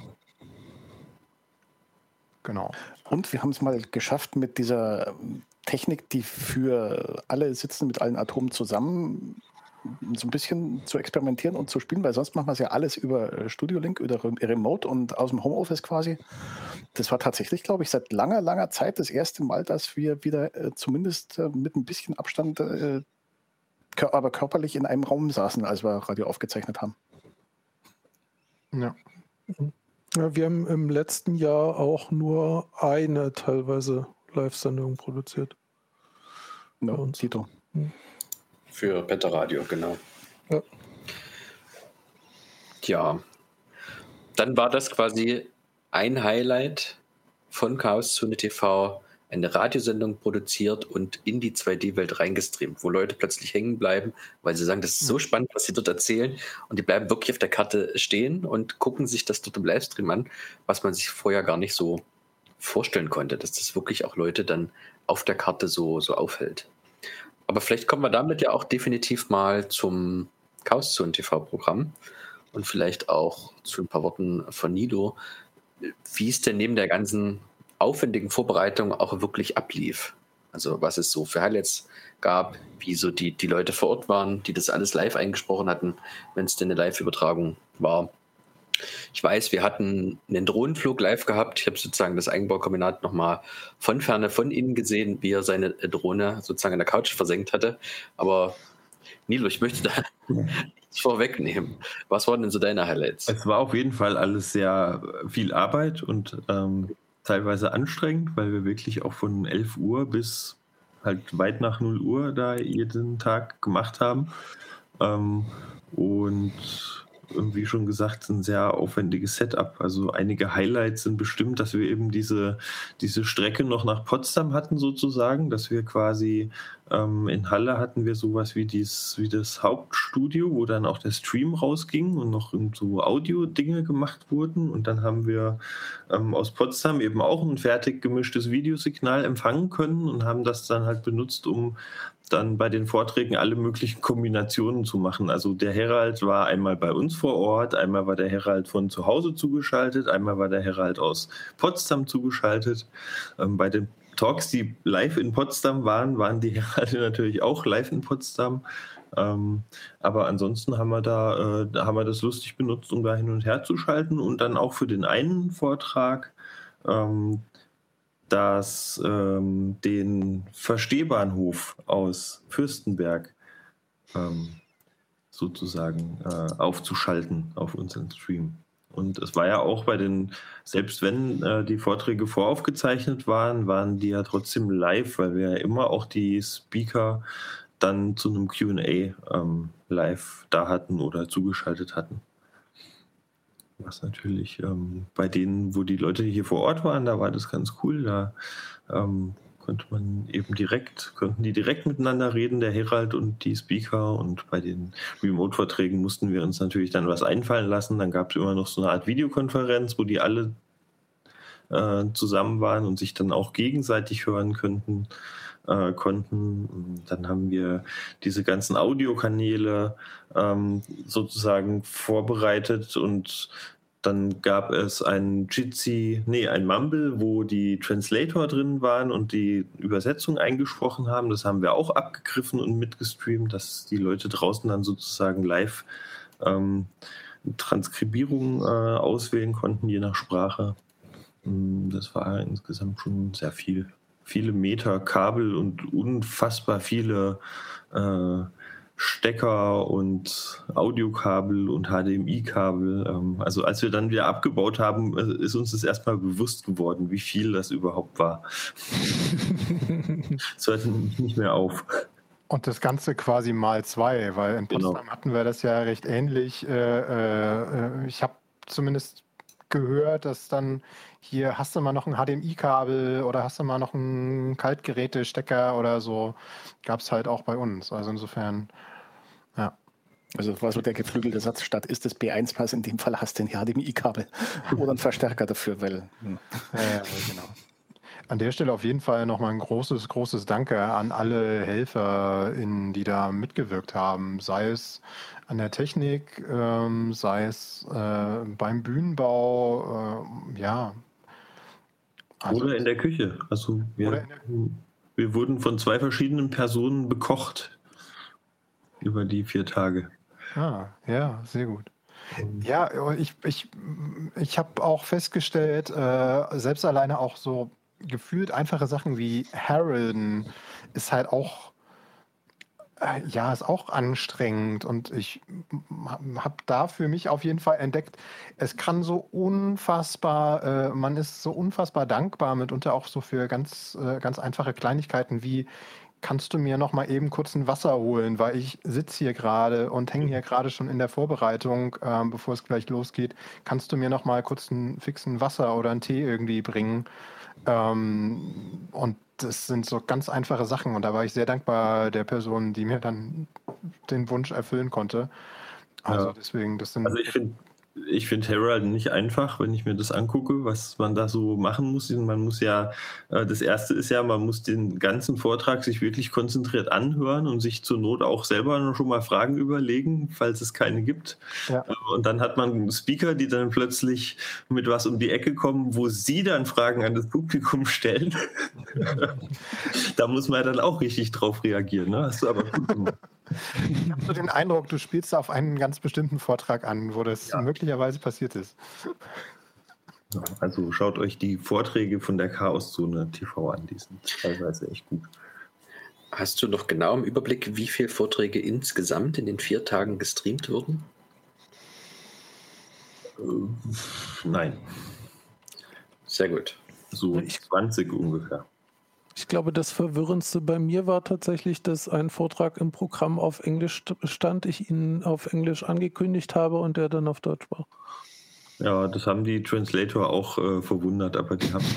Genau. Und wir haben es mal geschafft mit dieser Technik, die für alle sitzen, mit allen Atomen zusammen, so ein bisschen zu experimentieren und zu spielen, weil sonst machen wir es ja alles über Studio Link, über Remote und aus dem Homeoffice quasi. Das war tatsächlich, glaube ich, seit langer, langer Zeit das erste Mal, dass wir wieder zumindest mit ein bisschen Abstand, aber körperlich in einem Raum saßen, als wir Radio aufgezeichnet haben. Ja. Ja, wir haben im letzten Jahr auch nur eine teilweise Live-Sendung produziert. Ja, Tito. Für Penta Radio, genau. Ja. Tja, dann war das quasi ein Highlight von Chaoszone TV, eine Radiosendung produziert und in die 2D-Welt reingestreamt, wo Leute plötzlich hängen bleiben, weil sie sagen, das ist so spannend, was sie dort erzählen, und die bleiben wirklich auf der Karte stehen und gucken sich das dort im Livestream an, was man sich vorher gar nicht so vorstellen konnte, dass das wirklich auch Leute dann auf der Karte so aufhält. Aber vielleicht kommen wir damit ja auch definitiv mal zum Chaoszone TV-Programm und vielleicht auch zu ein paar Worten von Nilo, wie es denn neben der ganzen aufwendigen Vorbereitung auch wirklich ablief. Also was es so für Highlights gab, wie so die Leute vor Ort waren, die das alles live eingesprochen hatten, wenn es denn eine Live-Übertragung war. Ich weiß, wir hatten einen Drohnenflug live gehabt. Ich habe sozusagen das Eigenbaukombinat nochmal von Ferne, von innen gesehen, wie er seine Drohne sozusagen an der Couch versenkt hatte. Aber Nilo, ich möchte da nichts vorwegnehmen. Was waren denn so deine Highlights? Es war auf jeden Fall alles sehr viel Arbeit und teilweise anstrengend, weil wir wirklich auch von 11 Uhr bis halt weit nach 0 Uhr da jeden Tag gemacht haben. Und wie schon gesagt, ein sehr aufwendiges Setup. Also einige Highlights sind bestimmt, dass wir eben diese Strecke noch nach Potsdam hatten sozusagen, dass wir quasi in Halle hatten wir sowas wie das Hauptstudio, wo dann auch der Stream rausging und noch so Audio-Dinge gemacht wurden. Und dann haben wir aus Potsdam eben auch ein fertig gemischtes Videosignal empfangen können und haben das dann halt benutzt, um dann bei den Vorträgen alle möglichen Kombinationen zu machen. Also der Herald war einmal bei uns vor Ort, einmal war der Herald von zu Hause zugeschaltet, einmal war der Herald aus Potsdam zugeschaltet. Bei den Talks, die live in Potsdam waren die Heralde natürlich auch live in Potsdam. Aber ansonsten haben wir das lustig benutzt, um da hin und her zu schalten und dann auch für den einen Vortrag den Verstehbahnhof aus Fürstenberg sozusagen aufzuschalten auf unseren Stream. Und es war ja auch selbst wenn die Vorträge voraufgezeichnet waren die ja trotzdem live, weil wir ja immer auch die Speaker dann zu einem Q&A live da hatten oder zugeschaltet hatten. Was natürlich bei denen, wo die Leute hier vor Ort waren, da war das ganz cool. Da konnten die direkt miteinander reden, der Herald und die Speaker. Und bei den Remote-Vorträgen mussten wir uns natürlich dann was einfallen lassen. Dann gab es immer noch so eine Art Videokonferenz, wo die alle zusammen waren und sich dann auch gegenseitig hören konnten. Dann haben wir diese ganzen Audiokanäle sozusagen vorbereitet und dann gab es ein Mumble, wo die Translator drin waren und die Übersetzung eingesprochen haben. Das haben wir auch abgegriffen und mitgestreamt, dass die Leute draußen dann sozusagen live Transkribierungen auswählen konnten, je nach Sprache. Das war insgesamt schon sehr viel. Viele Meter Kabel und unfassbar viele Stecker und Audiokabel und HDMI-Kabel. Also als wir dann wieder abgebaut haben, ist uns das erstmal bewusst geworden, wie viel das überhaupt war. Es hört nicht mehr auf. Und das Ganze quasi mal 2, weil in Potsdam hatten wir das ja recht ähnlich. Ich habe zumindest gehört, dass dann hier hast du mal noch ein HDMI-Kabel oder hast du mal noch einen Kaltgerätestecker oder so. Gab es halt auch bei uns. Also insofern, ja. Also war so der geflügelte Satz, statt ist das B1-Pass, in dem Fall hast du ein HDMI-Kabel oder einen Verstärker dafür, weil... Ja, genau. An der Stelle auf jeden Fall nochmal ein großes, großes Danke an alle HelferInnen, die da mitgewirkt haben. Sei es an der Technik, sei es beim Bühnenbau, ja. Also, oder in der Küche. Also wir wurden von 2 verschiedenen Personen bekocht über die 4 Tage. Ja, sehr gut. Ja, ich habe auch festgestellt, selbst alleine auch so gefühlt einfache Sachen wie Heralden ist halt auch ist auch anstrengend und ich habe da für mich auf jeden Fall entdeckt, es kann so unfassbar, man ist so unfassbar dankbar mitunter auch so für ganz einfache Kleinigkeiten wie kannst du mir noch mal eben kurz ein Wasser holen, weil ich sitze hier gerade und hänge hier gerade schon in der Vorbereitung, bevor es gleich losgeht. Kannst du mir noch mal kurz einen fixen Wasser oder einen Tee irgendwie bringen? Und das sind so ganz einfache Sachen und da war ich sehr dankbar der Person, die mir dann den Wunsch erfüllen konnte. Also deswegen, das sind... Also ich finde ich finde Herald nicht einfach, wenn ich mir das angucke, was man da so machen muss. Man muss ja, das Erste ist ja, man muss den ganzen Vortrag sich wirklich konzentriert anhören und sich zur Not auch selber schon mal Fragen überlegen, falls es keine gibt. Ja. Und dann hat man Speaker, die dann plötzlich mit was um die Ecke kommen, wo sie dann Fragen an das Publikum stellen. Da muss man dann auch richtig drauf reagieren. Ne? Hast du aber gut gemacht. Ich habe so den Eindruck, du spielst auf einen ganz bestimmten Vortrag an, wo das möglicherweise passiert ist. Also schaut euch die Vorträge von der Chaoszone TV an, die sind teilweise echt gut. Hast du noch genau im Überblick, wie viele Vorträge insgesamt in den 4 Tagen gestreamt wurden? Nein. Sehr gut. So 20 ungefähr. Ich glaube, das Verwirrendste bei mir war tatsächlich, dass ein Vortrag im Programm auf Englisch stand, ich ihn auf Englisch angekündigt habe und der dann auf Deutsch war. Ja, das haben die Translator auch verwundert, aber die haben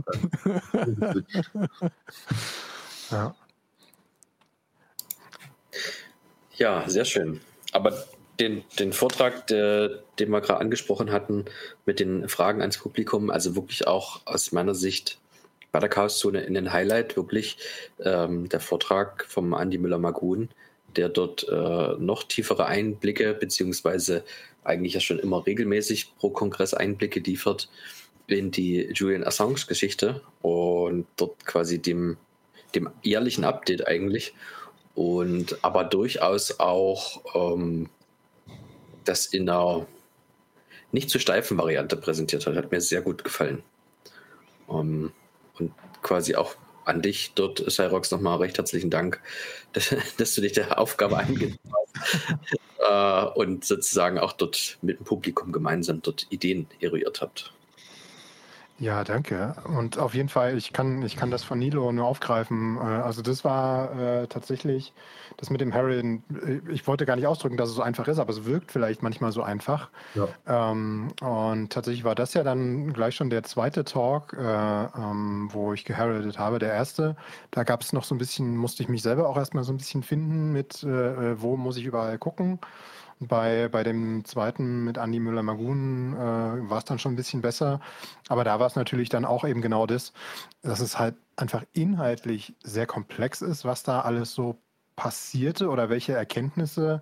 Ja. Ja, sehr schön. Aber den Vortrag, den wir gerade angesprochen hatten, mit den Fragen ans Publikum, also wirklich auch aus meiner Sicht bei der Chaoszone in den Highlight, wirklich der Vortrag vom Andi Müller-Magun, der dort noch tiefere Einblicke, beziehungsweise eigentlich ja schon immer regelmäßig pro Kongress Einblicke liefert in die Julian Assange-Geschichte und dort quasi dem jährlichen Update eigentlich. Und aber durchaus auch das in einer nicht zu steifen Variante präsentiert hat mir sehr gut gefallen. Und quasi auch an dich dort, Cyrox, nochmal recht herzlichen Dank, dass du dich der Aufgabe angenommen hast und sozusagen auch dort mit dem Publikum gemeinsam dort Ideen eruiert habt. Ja, danke. Und auf jeden Fall, ich kann das von Nilo nur aufgreifen. Also das war tatsächlich, das mit dem Harry, ich wollte gar nicht ausdrücken, dass es so einfach ist, aber es wirkt vielleicht manchmal so einfach. Ja. Und tatsächlich war das ja dann gleich schon der zweite Talk, wo ich geheraldet habe. Der erste, da gab es noch so ein bisschen, musste ich mich selber auch erstmal so ein bisschen finden mit, wo muss ich überall gucken. Bei dem zweiten mit Andi Müller-Magun war es dann schon ein bisschen besser. Aber da war es natürlich dann auch eben genau das, dass es halt einfach inhaltlich sehr komplex ist, was da alles so passierte oder welche Erkenntnisse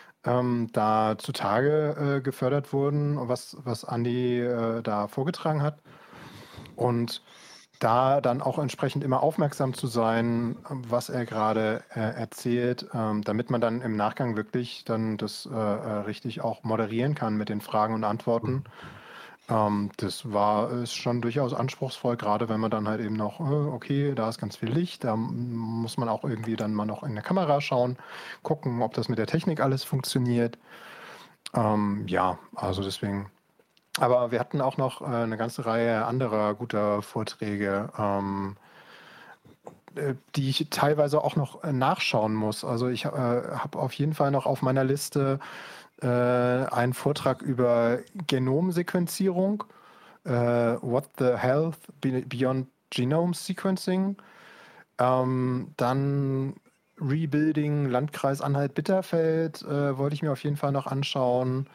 da zutage gefördert wurden, was Andi da vorgetragen hat. Und da dann auch entsprechend immer aufmerksam zu sein, was er gerade erzählt, damit man dann im Nachgang wirklich dann das richtig auch moderieren kann mit den Fragen und Antworten. Das ist schon durchaus anspruchsvoll, gerade wenn man dann halt eben noch, okay, da ist ganz viel Licht, da muss man auch irgendwie dann mal noch in der Kamera schauen, gucken, ob das mit der Technik alles funktioniert. Ja, also deswegen. Aber wir hatten auch noch eine ganze Reihe anderer guter Vorträge, die ich teilweise auch noch nachschauen muss. Also ich habe auf jeden Fall noch auf meiner Liste einen Vortrag über Genomsequenzierung, What the Health Beyond Genome Sequencing, dann Rebuilding Landkreis Anhalt-Bitterfeld wollte ich mir auf jeden Fall noch anschauen.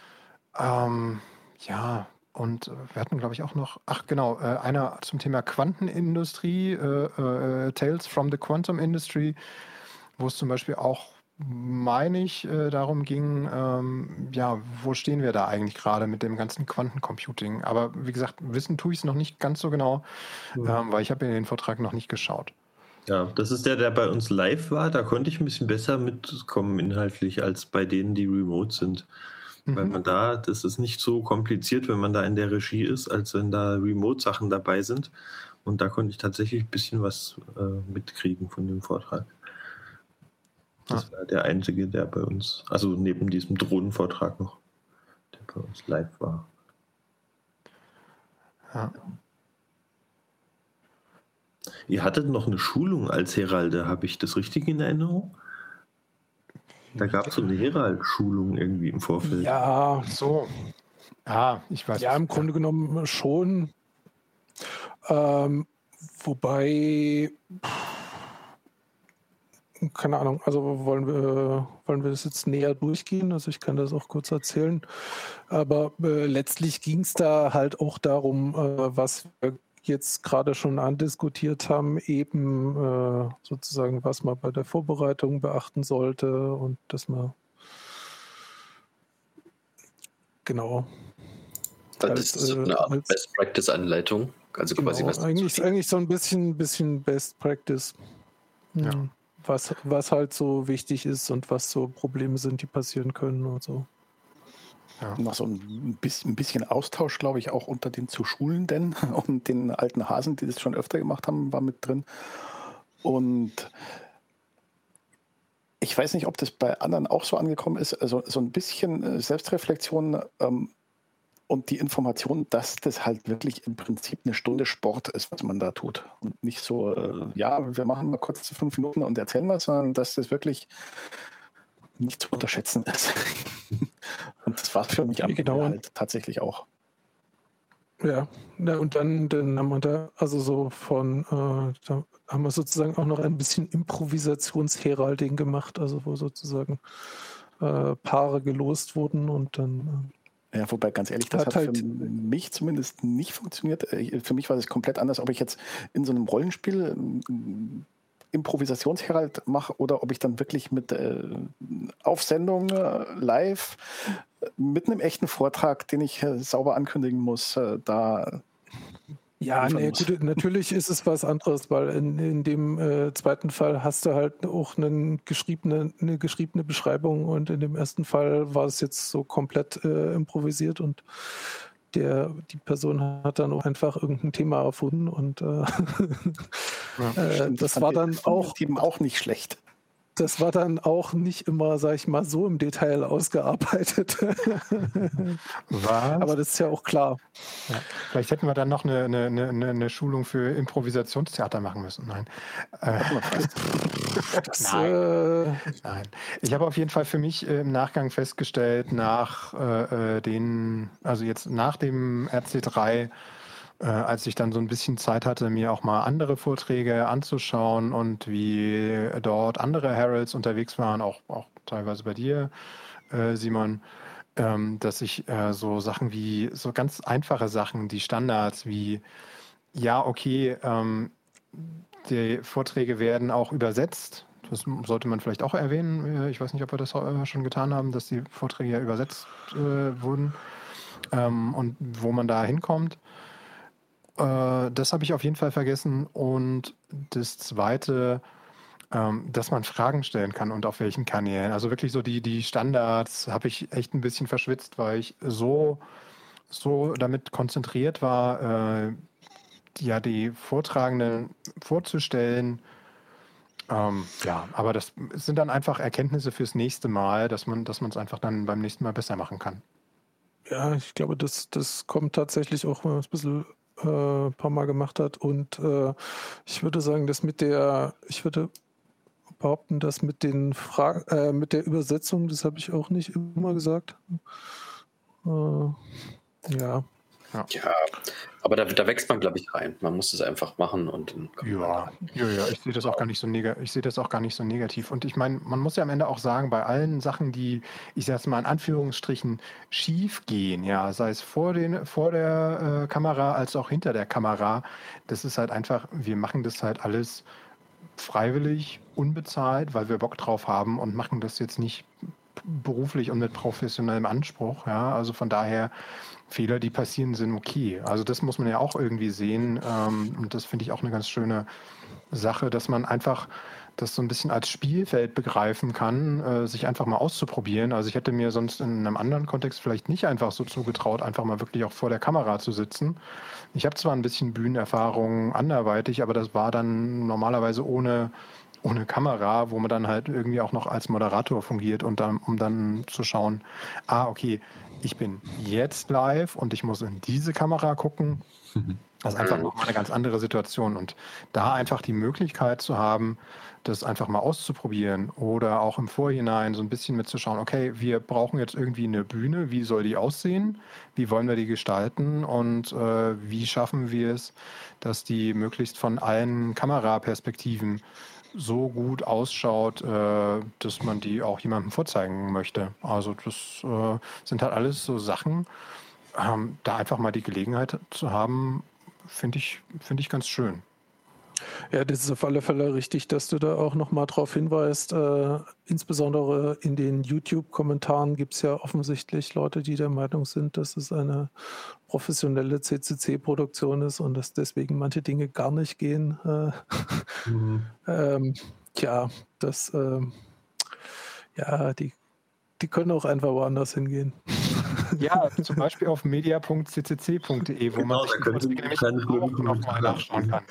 Ja, und wir hatten, glaube ich, auch noch, einer zum Thema Quantenindustrie, Tales from the Quantum Industry, wo es zum Beispiel auch, meine ich, darum ging, wo stehen wir da eigentlich gerade mit dem ganzen Quantencomputing? Aber wie gesagt, wissen tue ich es noch nicht ganz so genau, weil ich habe in den Vortrag noch nicht geschaut. Ja, das ist der bei uns live war. Da konnte ich ein bisschen besser mitkommen inhaltlich als bei denen, die remote sind. Weil man das ist nicht so kompliziert, wenn man da in der Regie ist, als wenn da Remote-Sachen dabei sind. Und da konnte ich tatsächlich ein bisschen was mitkriegen von dem Vortrag. Das war der einzige, der bei uns, also neben diesem Drohnenvortrag noch, der bei uns live war. Ja. Ihr hattet noch eine Schulung als Heralde, habe ich das richtig in Erinnerung? Da gab es so eine Herald-Schulung irgendwie im Vorfeld. Ja, So. Ah, ich weiß. ja, im Grunde genommen schon. Wobei keine Ahnung, also wollen wir das jetzt näher durchgehen? Also ich kann das auch kurz erzählen. Aber letztlich ging es da halt auch darum, was wir jetzt gerade schon andiskutiert haben, eben sozusagen, was man bei der Vorbereitung beachten sollte und dass man genau. Das ist so eine Art Best-Practice-Anleitung. Also quasi genau, was eigentlich so ein bisschen Best Practice. Ja. Was halt so wichtig ist und was so Probleme sind, die passieren können und so. Noch so ein bisschen Austausch, glaube ich, auch unter den zu Schulenden und den alten Hasen, die das schon öfter gemacht haben, war mit drin. Und ich weiß nicht, ob das bei anderen auch so angekommen ist. Also so ein bisschen Selbstreflexion und die Information, dass das halt wirklich im Prinzip eine Stunde Sport ist, was man da tut. Und nicht so, wir machen mal kurz 5 Minuten und erzählen was, sondern dass das wirklich nicht zu unterschätzen ist. Und das war für mich am Ende halt tatsächlich auch. Ja, und dann haben wir da, also so da haben wir sozusagen auch noch ein bisschen Improvisationsheralding gemacht, also wo sozusagen Paare gelost wurden und dann ja, wobei, ganz ehrlich, das hat für mich zumindest nicht funktioniert. Für mich war das komplett anders, ob ich jetzt in so einem Rollenspiel Improvisationsherald mache oder ob ich dann wirklich mit auf Sendung live mit einem echten Vortrag, den ich sauber ankündigen muss, da. Ja, gut, natürlich ist es was anderes, weil in dem zweiten Fall hast du halt auch eine geschriebene Beschreibung und in dem ersten Fall war es jetzt so komplett improvisiert und die Person hat dann auch einfach irgendein Thema erfunden und das war dann auch nicht schlecht. Das war dann auch nicht immer, sag ich mal, so im Detail ausgearbeitet. Was? Aber das ist ja auch klar. Ja. Vielleicht hätten wir dann noch eine Schulung für Improvisationstheater machen müssen. Nein. Nein. Ich habe auf jeden Fall für mich im Nachgang festgestellt, nach dem RC3, als ich dann so ein bisschen Zeit hatte, mir auch mal andere Vorträge anzuschauen und wie dort andere Heralds unterwegs waren, auch teilweise bei dir, Simon, dass ich so Sachen wie, so ganz einfache Sachen, die Standards wie, die Vorträge werden auch übersetzt. Das sollte man vielleicht auch erwähnen. Ich weiß nicht, ob wir das schon getan haben, dass die Vorträge ja übersetzt wurden und wo man da hinkommt. Das habe ich auf jeden Fall vergessen. Und das Zweite, dass man Fragen stellen kann und auf welchen Kanälen. Also wirklich so die Standards habe ich echt ein bisschen verschwitzt, weil ich so damit konzentriert war, die Vortragenden vorzustellen. Aber das sind dann einfach Erkenntnisse fürs nächste Mal, dass man es einfach dann beim nächsten Mal besser machen kann. Ja, ich glaube, das kommt tatsächlich auch, wenn man es ein bisschen ein paar Mal gemacht hat. Und ich würde sagen, ich würde behaupten, dass mit mit der Übersetzung, das habe ich auch nicht immer gesagt. Ja, aber da wächst man, glaube ich, rein. Man muss es einfach machen und dann ich sehe das auch gar nicht so negativ. Und ich meine, man muss ja am Ende auch sagen, bei allen Sachen, die, ich sage es mal in Anführungsstrichen, schief gehen, ja, sei es vor der Kamera als auch hinter der Kamera, das ist halt einfach, wir machen das halt alles freiwillig, unbezahlt, weil wir Bock drauf haben und machen das jetzt nicht beruflich und mit professionellem Anspruch. Ja, also von daher, Fehler, die passieren, sind okay. Also das muss man ja auch irgendwie sehen. Und das finde ich auch eine ganz schöne Sache, dass man einfach das so ein bisschen als Spielfeld begreifen kann, sich einfach mal auszuprobieren. Also ich hätte mir sonst in einem anderen Kontext vielleicht nicht einfach so zugetraut, einfach mal wirklich auch vor der Kamera zu sitzen. Ich habe zwar ein bisschen Bühnenerfahrung anderweitig, aber das war dann normalerweise ohne Kamera, wo man dann halt irgendwie auch noch als Moderator fungiert und dann, um dann zu schauen, okay, ich bin jetzt live und ich muss in diese Kamera gucken. Das ist einfach nochmal eine ganz andere Situation. Und da einfach die Möglichkeit zu haben, das einfach mal auszuprobieren oder auch im Vorhinein so ein bisschen mitzuschauen, okay, wir brauchen jetzt irgendwie eine Bühne, wie soll die aussehen, wie wollen wir die gestalten und wie schaffen wir es, dass die möglichst von allen Kameraperspektiven so gut ausschaut, dass man die auch jemandem vorzeigen möchte. Also das sind halt alles so Sachen, da einfach mal die Gelegenheit zu haben, finde ich ganz schön. Ja, das ist auf alle Fälle richtig, dass du da auch nochmal drauf hinweist. Insbesondere in den YouTube-Kommentaren gibt es ja offensichtlich Leute, die der Meinung sind, dass es eine professionelle CCC-Produktion ist und dass deswegen manche Dinge gar nicht gehen. Die können auch einfach woanders hingehen. Ja, zum Beispiel auf media.ccc.de, wo man sich nämlich auch nochmal nachschauen kann.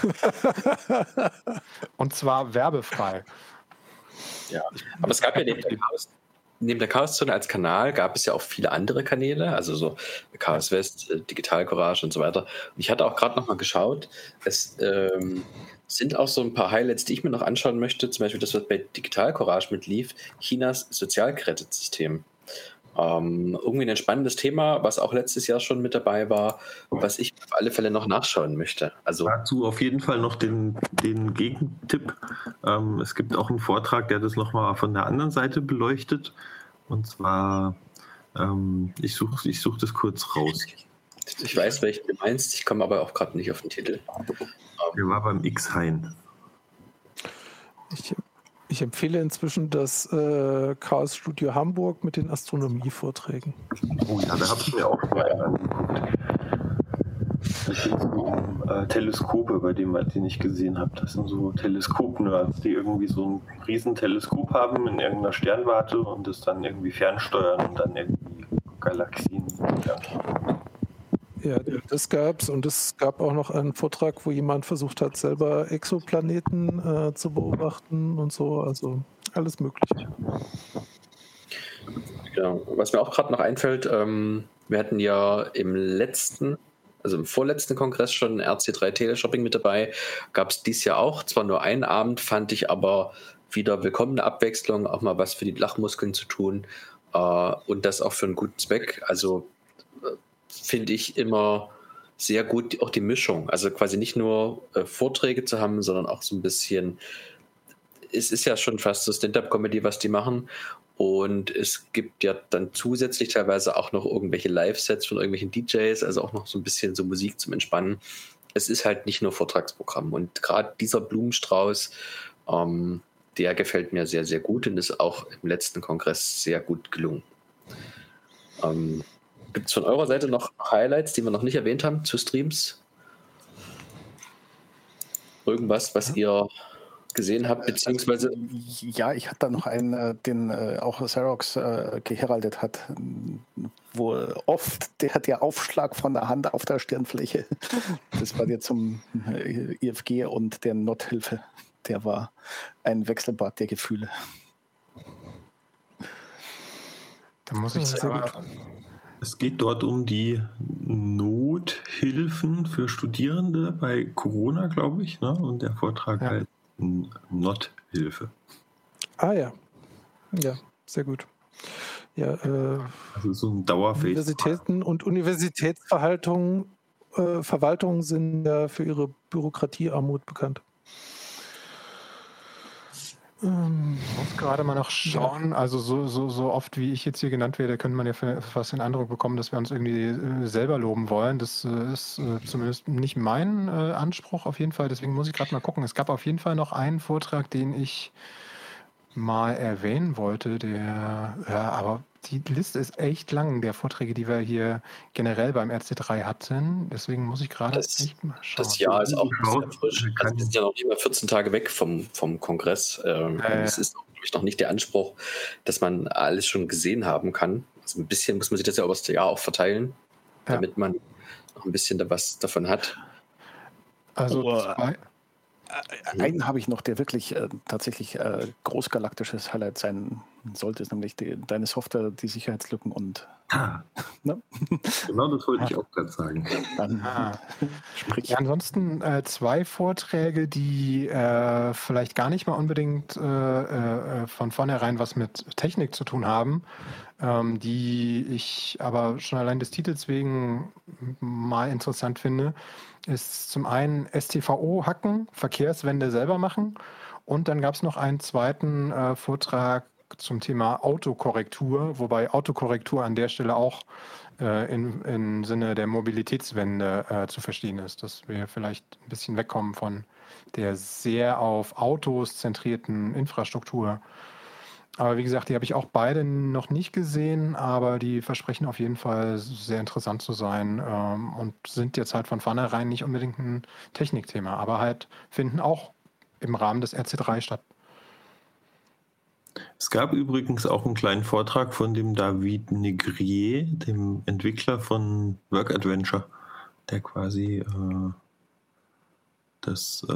Und zwar werbefrei. Ja, aber es gab ja neben der Chaoszone als Kanal gab es ja auch viele andere Kanäle, also so Chaos West, Digital Courage und so weiter. Und ich hatte auch gerade nochmal geschaut, es sind auch so ein paar Highlights, die ich mir noch anschauen möchte, zum Beispiel das, was bei Digital Courage mitlief, Chinas Sozialkreditsystem. Irgendwie ein spannendes Thema, was auch letztes Jahr schon mit dabei war, was ich auf alle Fälle noch nachschauen möchte. Also dazu auf jeden Fall noch den Gegentipp. Es gibt auch einen Vortrag, der das nochmal von der anderen Seite beleuchtet. Und zwar, ich such das kurz raus. Ich weiß, welchen du meinst, ich komme aber auch gerade nicht auf den Titel. Der war beim X-Hain. Ich empfehle inzwischen das Chaos Studio Hamburg mit den Astronomie-Vorträgen. Oh ja, da habe ich mir auch mal einen angeguckt. Da geht es um Teleskope, bei dem, den ich gesehen habe. Das sind so Teleskop-Nerds, die irgendwie so ein Riesenteleskop haben in irgendeiner Sternwarte und das dann irgendwie fernsteuern und dann irgendwie Galaxien fernschauen. Ja, das gab's und es gab auch noch einen Vortrag, wo jemand versucht hat, selber Exoplaneten zu beobachten und so, also alles Mögliche. Genau. Was mir auch gerade noch einfällt, wir hatten ja im vorletzten Kongress schon RC3 Teleshopping mit dabei, gab es dies Jahr auch, zwar nur einen Abend, fand ich aber wieder willkommene Abwechslung, auch mal was für die Lachmuskeln zu tun und das auch für einen guten Zweck, also finde ich immer sehr gut, auch die Mischung. Also quasi nicht nur Vorträge zu haben, sondern auch so ein bisschen, es ist ja schon fast so Stand-up-Comedy, was die machen. Und es gibt ja dann zusätzlich teilweise auch noch irgendwelche Live-Sets von irgendwelchen DJs, also auch noch so ein bisschen so Musik zum Entspannen. Es ist halt nicht nur Vortragsprogramm. Und gerade dieser Blumenstrauß, der gefällt mir sehr, sehr gut und ist auch im letzten Kongress sehr gut gelungen. Gibt es von eurer Seite noch Highlights, die wir noch nicht erwähnt haben zu Streams? Irgendwas, was ihr gesehen habt, beziehungsweise... Ja, ich hatte da noch einen, den auch Xerox geheraldet hat, wo oft der Aufschlag von der Hand auf der Stirnfläche, das war der zum IFG und der Nothilfe, der war ein Wechselbad der Gefühle. Da muss ich sagen... Es geht dort um die Nothilfen für Studierende bei Corona, glaube ich, ne? Und der Vortrag heißt Nothilfe. Ah ja. Ja, sehr gut. Ja, also so ein Dauerfeld. Universitäten und Universitätsverwaltungen sind ja für ihre Bürokratiearmut bekannt. Ich muss gerade mal noch schauen, also so oft wie ich jetzt hier genannt werde, könnte man ja fast den Eindruck bekommen, dass wir uns irgendwie selber loben wollen. Das ist zumindest nicht mein Anspruch auf jeden Fall, deswegen muss ich gerade mal gucken. Es gab auf jeden Fall noch einen Vortrag, den ich mal erwähnen wollte, aber die Liste ist echt lang, der Vorträge, die wir hier generell beim RC3 hatten. Deswegen muss ich gerade echt mal schauen. Das Jahr ist auch sehr frisch. Also wir sind ja noch nicht mal 14 Tage weg vom Kongress. Es ist noch nicht der Anspruch, dass man alles schon gesehen haben kann. Also ein bisschen muss man sich das ja über das Jahr auch verteilen, damit man noch ein bisschen was davon hat. Also einen habe ich noch, der wirklich tatsächlich großgalaktisches Highlight sein sollte, ist nämlich deine Software, die Sicherheitslücken und... Ne? Genau das wollte ich auch gerade sagen. Ja, ansonsten zwei Vorträge, die vielleicht gar nicht mal unbedingt von vornherein was mit Technik zu tun haben, die ich aber schon allein des Titels wegen mal interessant finde, ist zum einen STVO hacken, Verkehrswende selber machen, Und dann gab es noch einen zweiten Vortrag zum Thema Autokorrektur, wobei Autokorrektur an der Stelle auch im Sinne der Mobilitätswende zu verstehen ist, dass wir vielleicht ein bisschen wegkommen von der sehr auf Autos zentrierten Infrastruktur. Aber wie gesagt, die habe ich auch beide noch nicht gesehen, aber die versprechen auf jeden Fall sehr interessant zu sein und sind jetzt halt von vornherein nicht unbedingt ein Technikthema, aber halt finden auch im Rahmen des RC3 statt. Es gab übrigens auch einen kleinen Vortrag von dem David Negrier, dem Entwickler von Work Adventure, der quasi das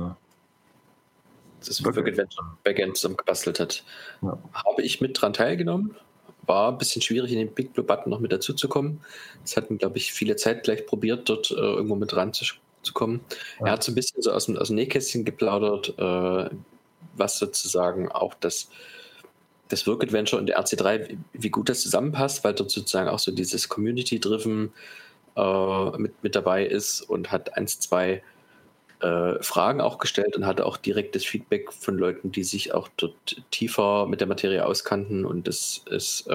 Work Adventure Backend zusammengebastelt hat. Ja. Habe ich mit dran teilgenommen. War ein bisschen schwierig, in den Big Blue Button noch mit dazu zu kommen. Es hatten, glaube ich, viele Zeit gleich probiert, dort irgendwo mit dran zu kommen. Ja. Er hat so ein bisschen so aus dem Nähkästchen geplaudert, was sozusagen auch das Work Adventure und der RC3, wie gut das zusammenpasst, weil dort sozusagen auch so dieses Community-Driven mit dabei ist, und hat 1, 2 Fragen auch gestellt und hatte auch direktes Feedback von Leuten, die sich auch dort tiefer mit der Materie auskannten, und es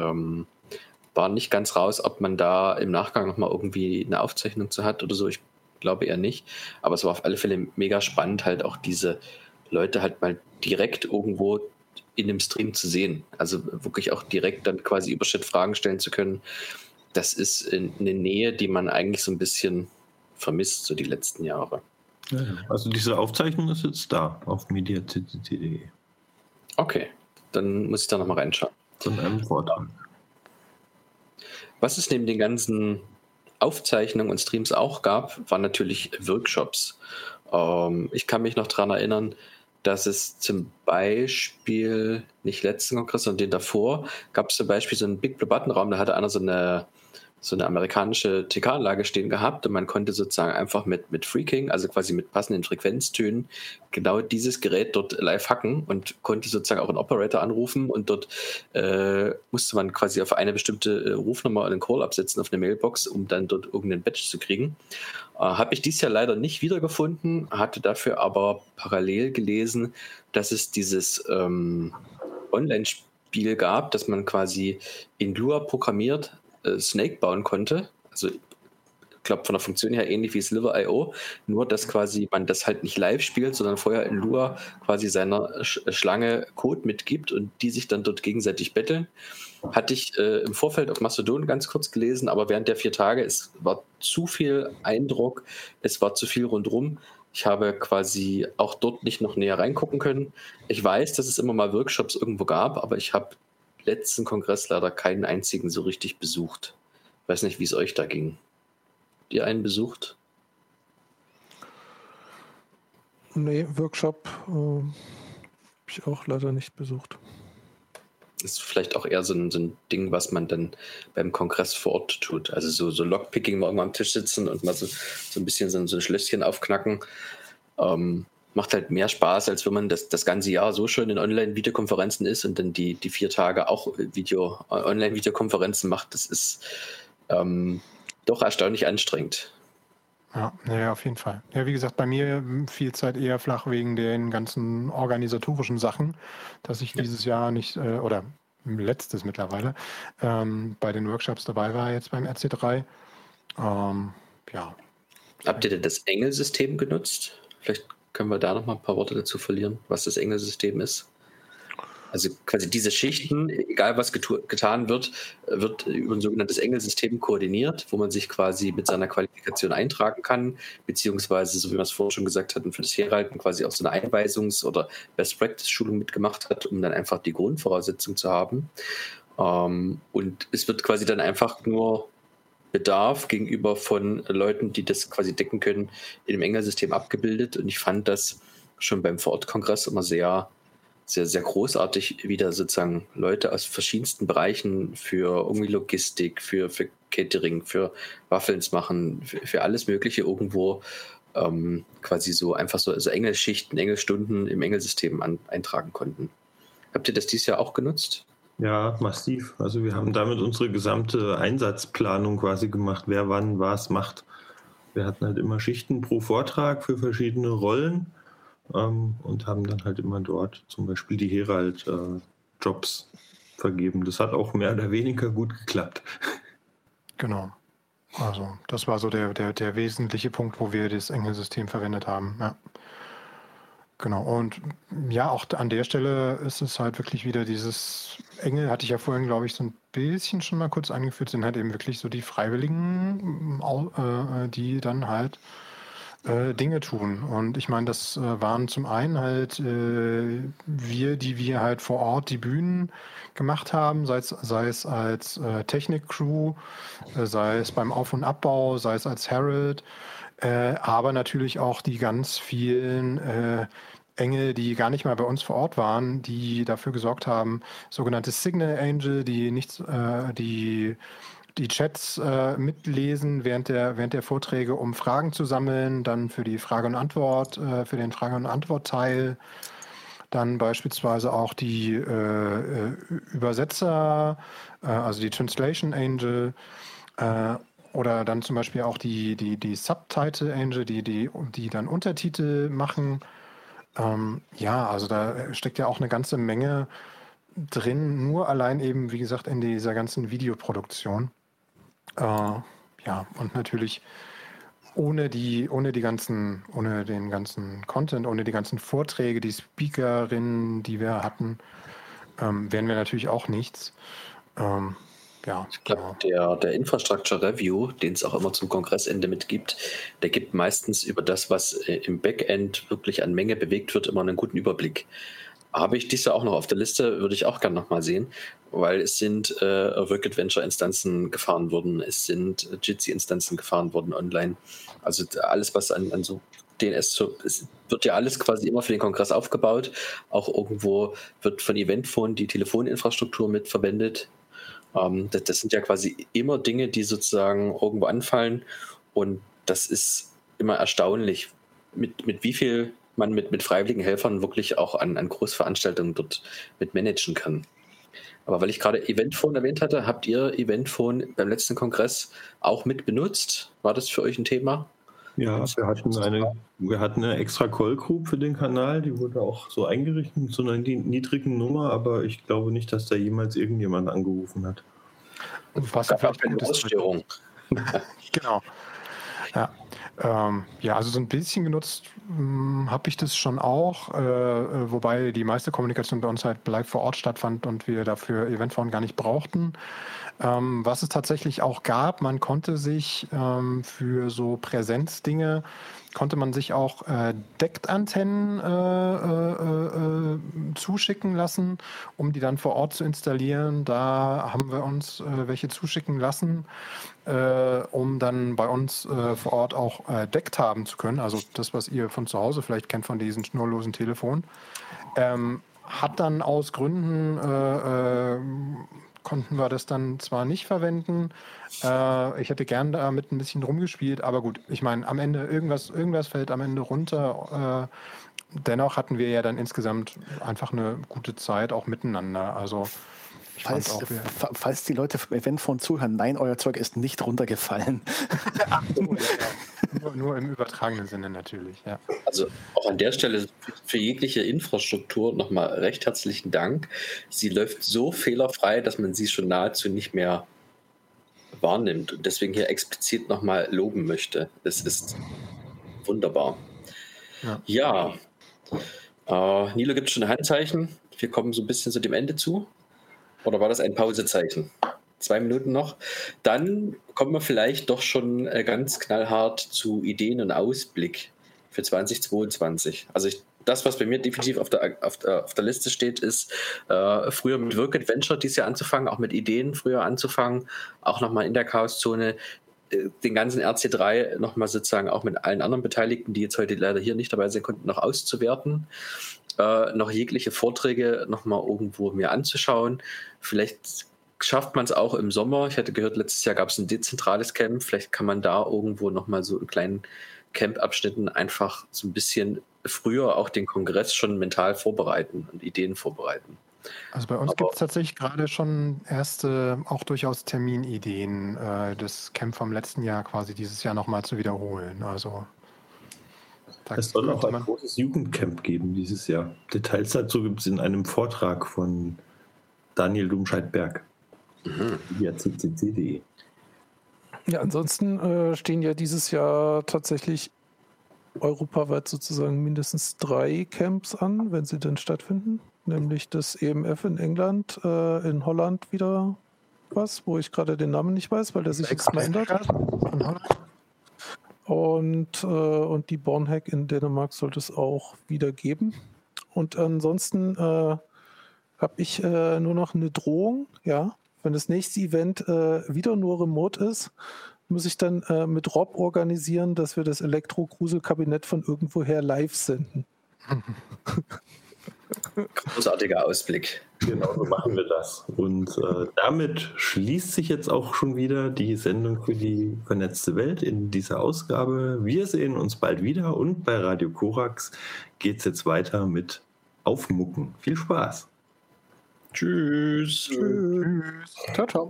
war nicht ganz raus, ob man da im Nachgang nochmal irgendwie eine Aufzeichnung zu hat oder so. Ich glaube eher nicht, aber es war auf alle Fälle mega spannend, halt auch diese Leute halt mal direkt irgendwo in dem Stream zu sehen. Also wirklich auch direkt dann quasi über Chat Fragen stellen zu können. Das ist eine Nähe, die man eigentlich so ein bisschen vermisst, so die letzten Jahre. Ja, also diese Aufzeichnung ist jetzt da auf mediacity.de. Okay, dann muss ich da nochmal reinschauen. Von einem Vortrag. Was es neben den ganzen Aufzeichnungen und Streams auch gab, waren natürlich Workshops. Ich kann mich noch daran erinnern, dass es zum Beispiel, nicht letzten Kongress, sondern den davor, gab es zum Beispiel so einen Big Blue Button Raum, da hatte einer so eine amerikanische TK-Anlage stehen gehabt, und man konnte sozusagen einfach mit Freaking, also quasi mit passenden Frequenztönen, genau dieses Gerät dort live hacken und konnte sozusagen auch einen Operator anrufen, und dort musste man quasi auf eine bestimmte Rufnummer einen Call absetzen auf eine Mailbox, um dann dort irgendeinen Badge zu kriegen. Habe ich dieses Jahr leider nicht wiedergefunden, hatte dafür aber parallel gelesen, dass es dieses Online-Spiel gab, dass man quasi in Lua programmiert Snake bauen konnte. Also ich glaube von der Funktion her ähnlich wie Sliver.io, nur dass quasi man das halt nicht live spielt, sondern vorher in Lua quasi seiner Schlange Code mitgibt und die sich dann dort gegenseitig betteln. Hatte ich im Vorfeld auf Mastodon ganz kurz gelesen, aber während der 4 Tage, es war zu viel Eindruck, es war zu viel rundherum. Ich habe quasi auch dort nicht noch näher reingucken können. Ich weiß, dass es immer mal Workshops irgendwo gab, aber ich habe letzten Kongress leider keinen einzigen so richtig besucht. Ich weiß nicht, wie es euch da ging. Habt ihr einen besucht? Nee, Workshop habe ich auch leider nicht besucht. Das ist vielleicht auch eher so ein Ding, was man dann beim Kongress vor Ort tut. Also so Lockpicking, mal irgendwann am Tisch sitzen und mal so ein bisschen so ein Schlösschen aufknacken. Macht halt mehr Spaß, als wenn man das ganze Jahr so schön in Online-Videokonferenzen ist und dann die 4 Tage auch Online-Videokonferenzen macht. Das ist doch erstaunlich anstrengend. Ja, auf jeden Fall. Ja, wie gesagt, bei mir viel Zeit eher flach wegen den ganzen organisatorischen Sachen, dass ich dieses Jahr nicht, oder letztes mittlerweile, bei den Workshops dabei war, jetzt beim RC3. Ja. Habt ihr denn das Engel-System genutzt? Vielleicht können wir da noch mal ein paar Worte dazu verlieren, was das Engel-System ist. Also quasi diese Schichten, egal was getan wird, wird über ein sogenanntes Engel-System koordiniert, wo man sich quasi mit seiner Qualifikation eintragen kann, beziehungsweise, so wie wir es vorher schon gesagt hatten, für das Herhalten quasi auch so eine Einweisungs- oder Best-Practice-Schulung mitgemacht hat, um dann einfach die Grundvoraussetzung zu haben. Und es wird quasi dann einfach nur Bedarf gegenüber von Leuten, die das quasi decken können, in dem Engel-System abgebildet. Und ich fand das schon beim Vorortkongress immer sehr, sehr, sehr großartig, wie da sozusagen Leute aus verschiedensten Bereichen für irgendwie Logistik, für Catering, für Waffels machen, für alles Mögliche irgendwo quasi so einfach so Engelschichten, Engelstunden im Engelsystem eintragen konnten. Habt ihr das dieses Jahr auch genutzt? Ja, massiv. Also wir haben damit unsere gesamte Einsatzplanung quasi gemacht, wer wann was macht. Wir hatten halt immer Schichten pro Vortrag für verschiedene Rollen und haben dann halt immer dort zum Beispiel die Herald-Jobs vergeben. Das hat auch mehr oder weniger gut geklappt. Genau. Also das war so der wesentliche Punkt, wo wir das Engel-System verwendet haben. Ja. Genau. Und ja, auch an der Stelle ist es halt wirklich wieder dieses Engel, hatte ich ja vorhin, glaube ich, so ein bisschen schon mal kurz eingeführt, sind halt eben wirklich so die Freiwilligen, die dann halt Dinge tun. Und ich meine, das waren zum einen halt die wir halt vor Ort die Bühnen gemacht haben, sei es als Technik-Crew, sei es beim Auf- und Abbau, sei es als Herald, aber natürlich auch die ganz vielen Engel, die gar nicht mal bei uns vor Ort waren, die dafür gesorgt haben, sogenannte Signal Angel, die Chats mitlesen während der Vorträge, um Fragen zu sammeln, dann für die Frage und Antwort, für den Frage- und Antwort-Teil, dann beispielsweise auch die Übersetzer, also die Translation Angel, oder dann zum Beispiel auch die Subtitle Angel, die dann Untertitel machen. Ja, also da steckt ja auch eine ganze Menge drin, nur allein eben, wie gesagt, in dieser ganzen Videoproduktion. Ja, und natürlich ohne den ganzen Content, ohne die ganzen Vorträge, die Speakerinnen, die wir hatten, wären wir natürlich auch nichts. Ja, Ich glaube, der Infrastructure Review, den es auch immer zum Kongressende mitgibt, der gibt meistens über das, was im Backend wirklich an Menge bewegt wird, immer einen guten Überblick. Habe ich dies ja auch noch auf der Liste, würde ich auch gerne nochmal sehen, weil es sind Work Adventure Instanzen gefahren worden, es sind Jitsi Instanzen gefahren worden online. Also alles, was an so DNS, es wird ja alles quasi immer für den Kongress aufgebaut. Auch irgendwo wird von Eventphone die Telefoninfrastruktur mit verwendet. Das sind ja quasi immer Dinge, die sozusagen irgendwo anfallen, und das ist immer erstaunlich, mit wie viel man mit freiwilligen Helfern wirklich auch an Großveranstaltungen dort mit managen kann. Aber weil ich gerade Eventphone erwähnt hatte, habt ihr Eventphone beim letzten Kongress auch mit benutzt? War das für euch ein Thema? Ja, wir hatten eine extra Call-Group für den Kanal, die wurde auch so eingerichtet mit so einer niedrigen Nummer, aber ich glaube nicht, dass da jemals irgendjemand angerufen hat. Was ja vielleicht gut ist. Ausstörung. Genau. Ja. Ja, also so ein bisschen genutzt habe ich das schon auch, wobei die meiste Kommunikation bei uns halt live vor Ort stattfand und wir dafür Eventphone gar nicht brauchten. Was es tatsächlich auch gab, man konnte sich für so Präsenzdinge, konnte man sich auch Deckt-Antennen zuschicken lassen, um die dann vor Ort zu installieren. Da haben wir uns welche zuschicken lassen, um dann bei uns vor Ort auch Deckt haben zu können. Also das, was ihr von zu Hause vielleicht kennt von diesen schnurlosen Telefonen. Hat dann aus Gründen konnten wir das dann zwar nicht verwenden. Ich hätte gern damit ein bisschen rumgespielt, aber gut, ich meine, am Ende irgendwas fällt am Ende runter. Dennoch hatten wir ja dann insgesamt einfach eine gute Zeit auch miteinander. Also falls die Leute vom Eventphone zuhören, nein, euer Zeug ist nicht runtergefallen. Ach so, ja. Nur im übertragenen Sinne natürlich, ja. Also auch an der Stelle für jegliche Infrastruktur nochmal recht herzlichen Dank. Sie läuft so fehlerfrei, dass man sie schon nahezu nicht mehr wahrnimmt und deswegen hier explizit nochmal loben möchte. Es ist wunderbar. Ja. Nilo, gibt es schon ein Handzeichen? Wir kommen so ein bisschen zu dem Ende zu. Oder war das ein Pausezeichen? 2 Minuten noch. Dann kommen wir vielleicht doch schon ganz knallhart zu Ideen und Ausblick für 2022. Also das, was bei mir definitiv auf der Liste steht, ist früher mit Work Adventure dieses Jahr anzufangen, auch mit Ideen früher anzufangen, auch nochmal in der Chaoszone den ganzen RC3 nochmal sozusagen auch mit allen anderen Beteiligten, die jetzt heute leider hier nicht dabei sein konnten, noch auszuwerten. Noch jegliche Vorträge nochmal irgendwo mir anzuschauen. Vielleicht schafft man es auch im Sommer. Ich hatte gehört, letztes Jahr gab es ein dezentrales Camp. Vielleicht kann man da irgendwo nochmal so in kleinen Camp-Abschnitten einfach so ein bisschen früher auch den Kongress schon mental vorbereiten und Ideen vorbereiten. Also bei uns gibt es tatsächlich gerade schon erste, auch durchaus Terminideen, das Camp vom letzten Jahr quasi dieses Jahr nochmal zu wiederholen. Also Es soll auch ein großes Jugendcamp geben dieses Jahr. Details dazu gibt es in einem Vortrag von Daniel Domscheit-Berg via ccc.de. Ja, ansonsten stehen ja dieses Jahr tatsächlich europaweit sozusagen mindestens 3 Camps an, wenn sie denn stattfinden. Nämlich das EMF in England, in Holland wieder was, wo ich gerade den Namen nicht weiß, weil der sich jetzt mal ändert. Und die Bornhack in Dänemark sollte es auch wieder geben. Und ansonsten habe ich nur noch eine Drohung, ja. Wenn das nächste Event wieder nur remote ist, muss ich dann mit Rob organisieren, dass wir das Elektro-Grusel-Kabinett von irgendwoher live senden. Großartiger Ausblick. Genau, so machen wir das. Und damit schließt sich jetzt auch schon wieder die Sendung für die vernetzte Welt in dieser Ausgabe. Wir sehen uns bald wieder und bei Radio Korax geht es jetzt weiter mit Aufmucken. Viel Spaß. Tschüss. Ciao, ciao.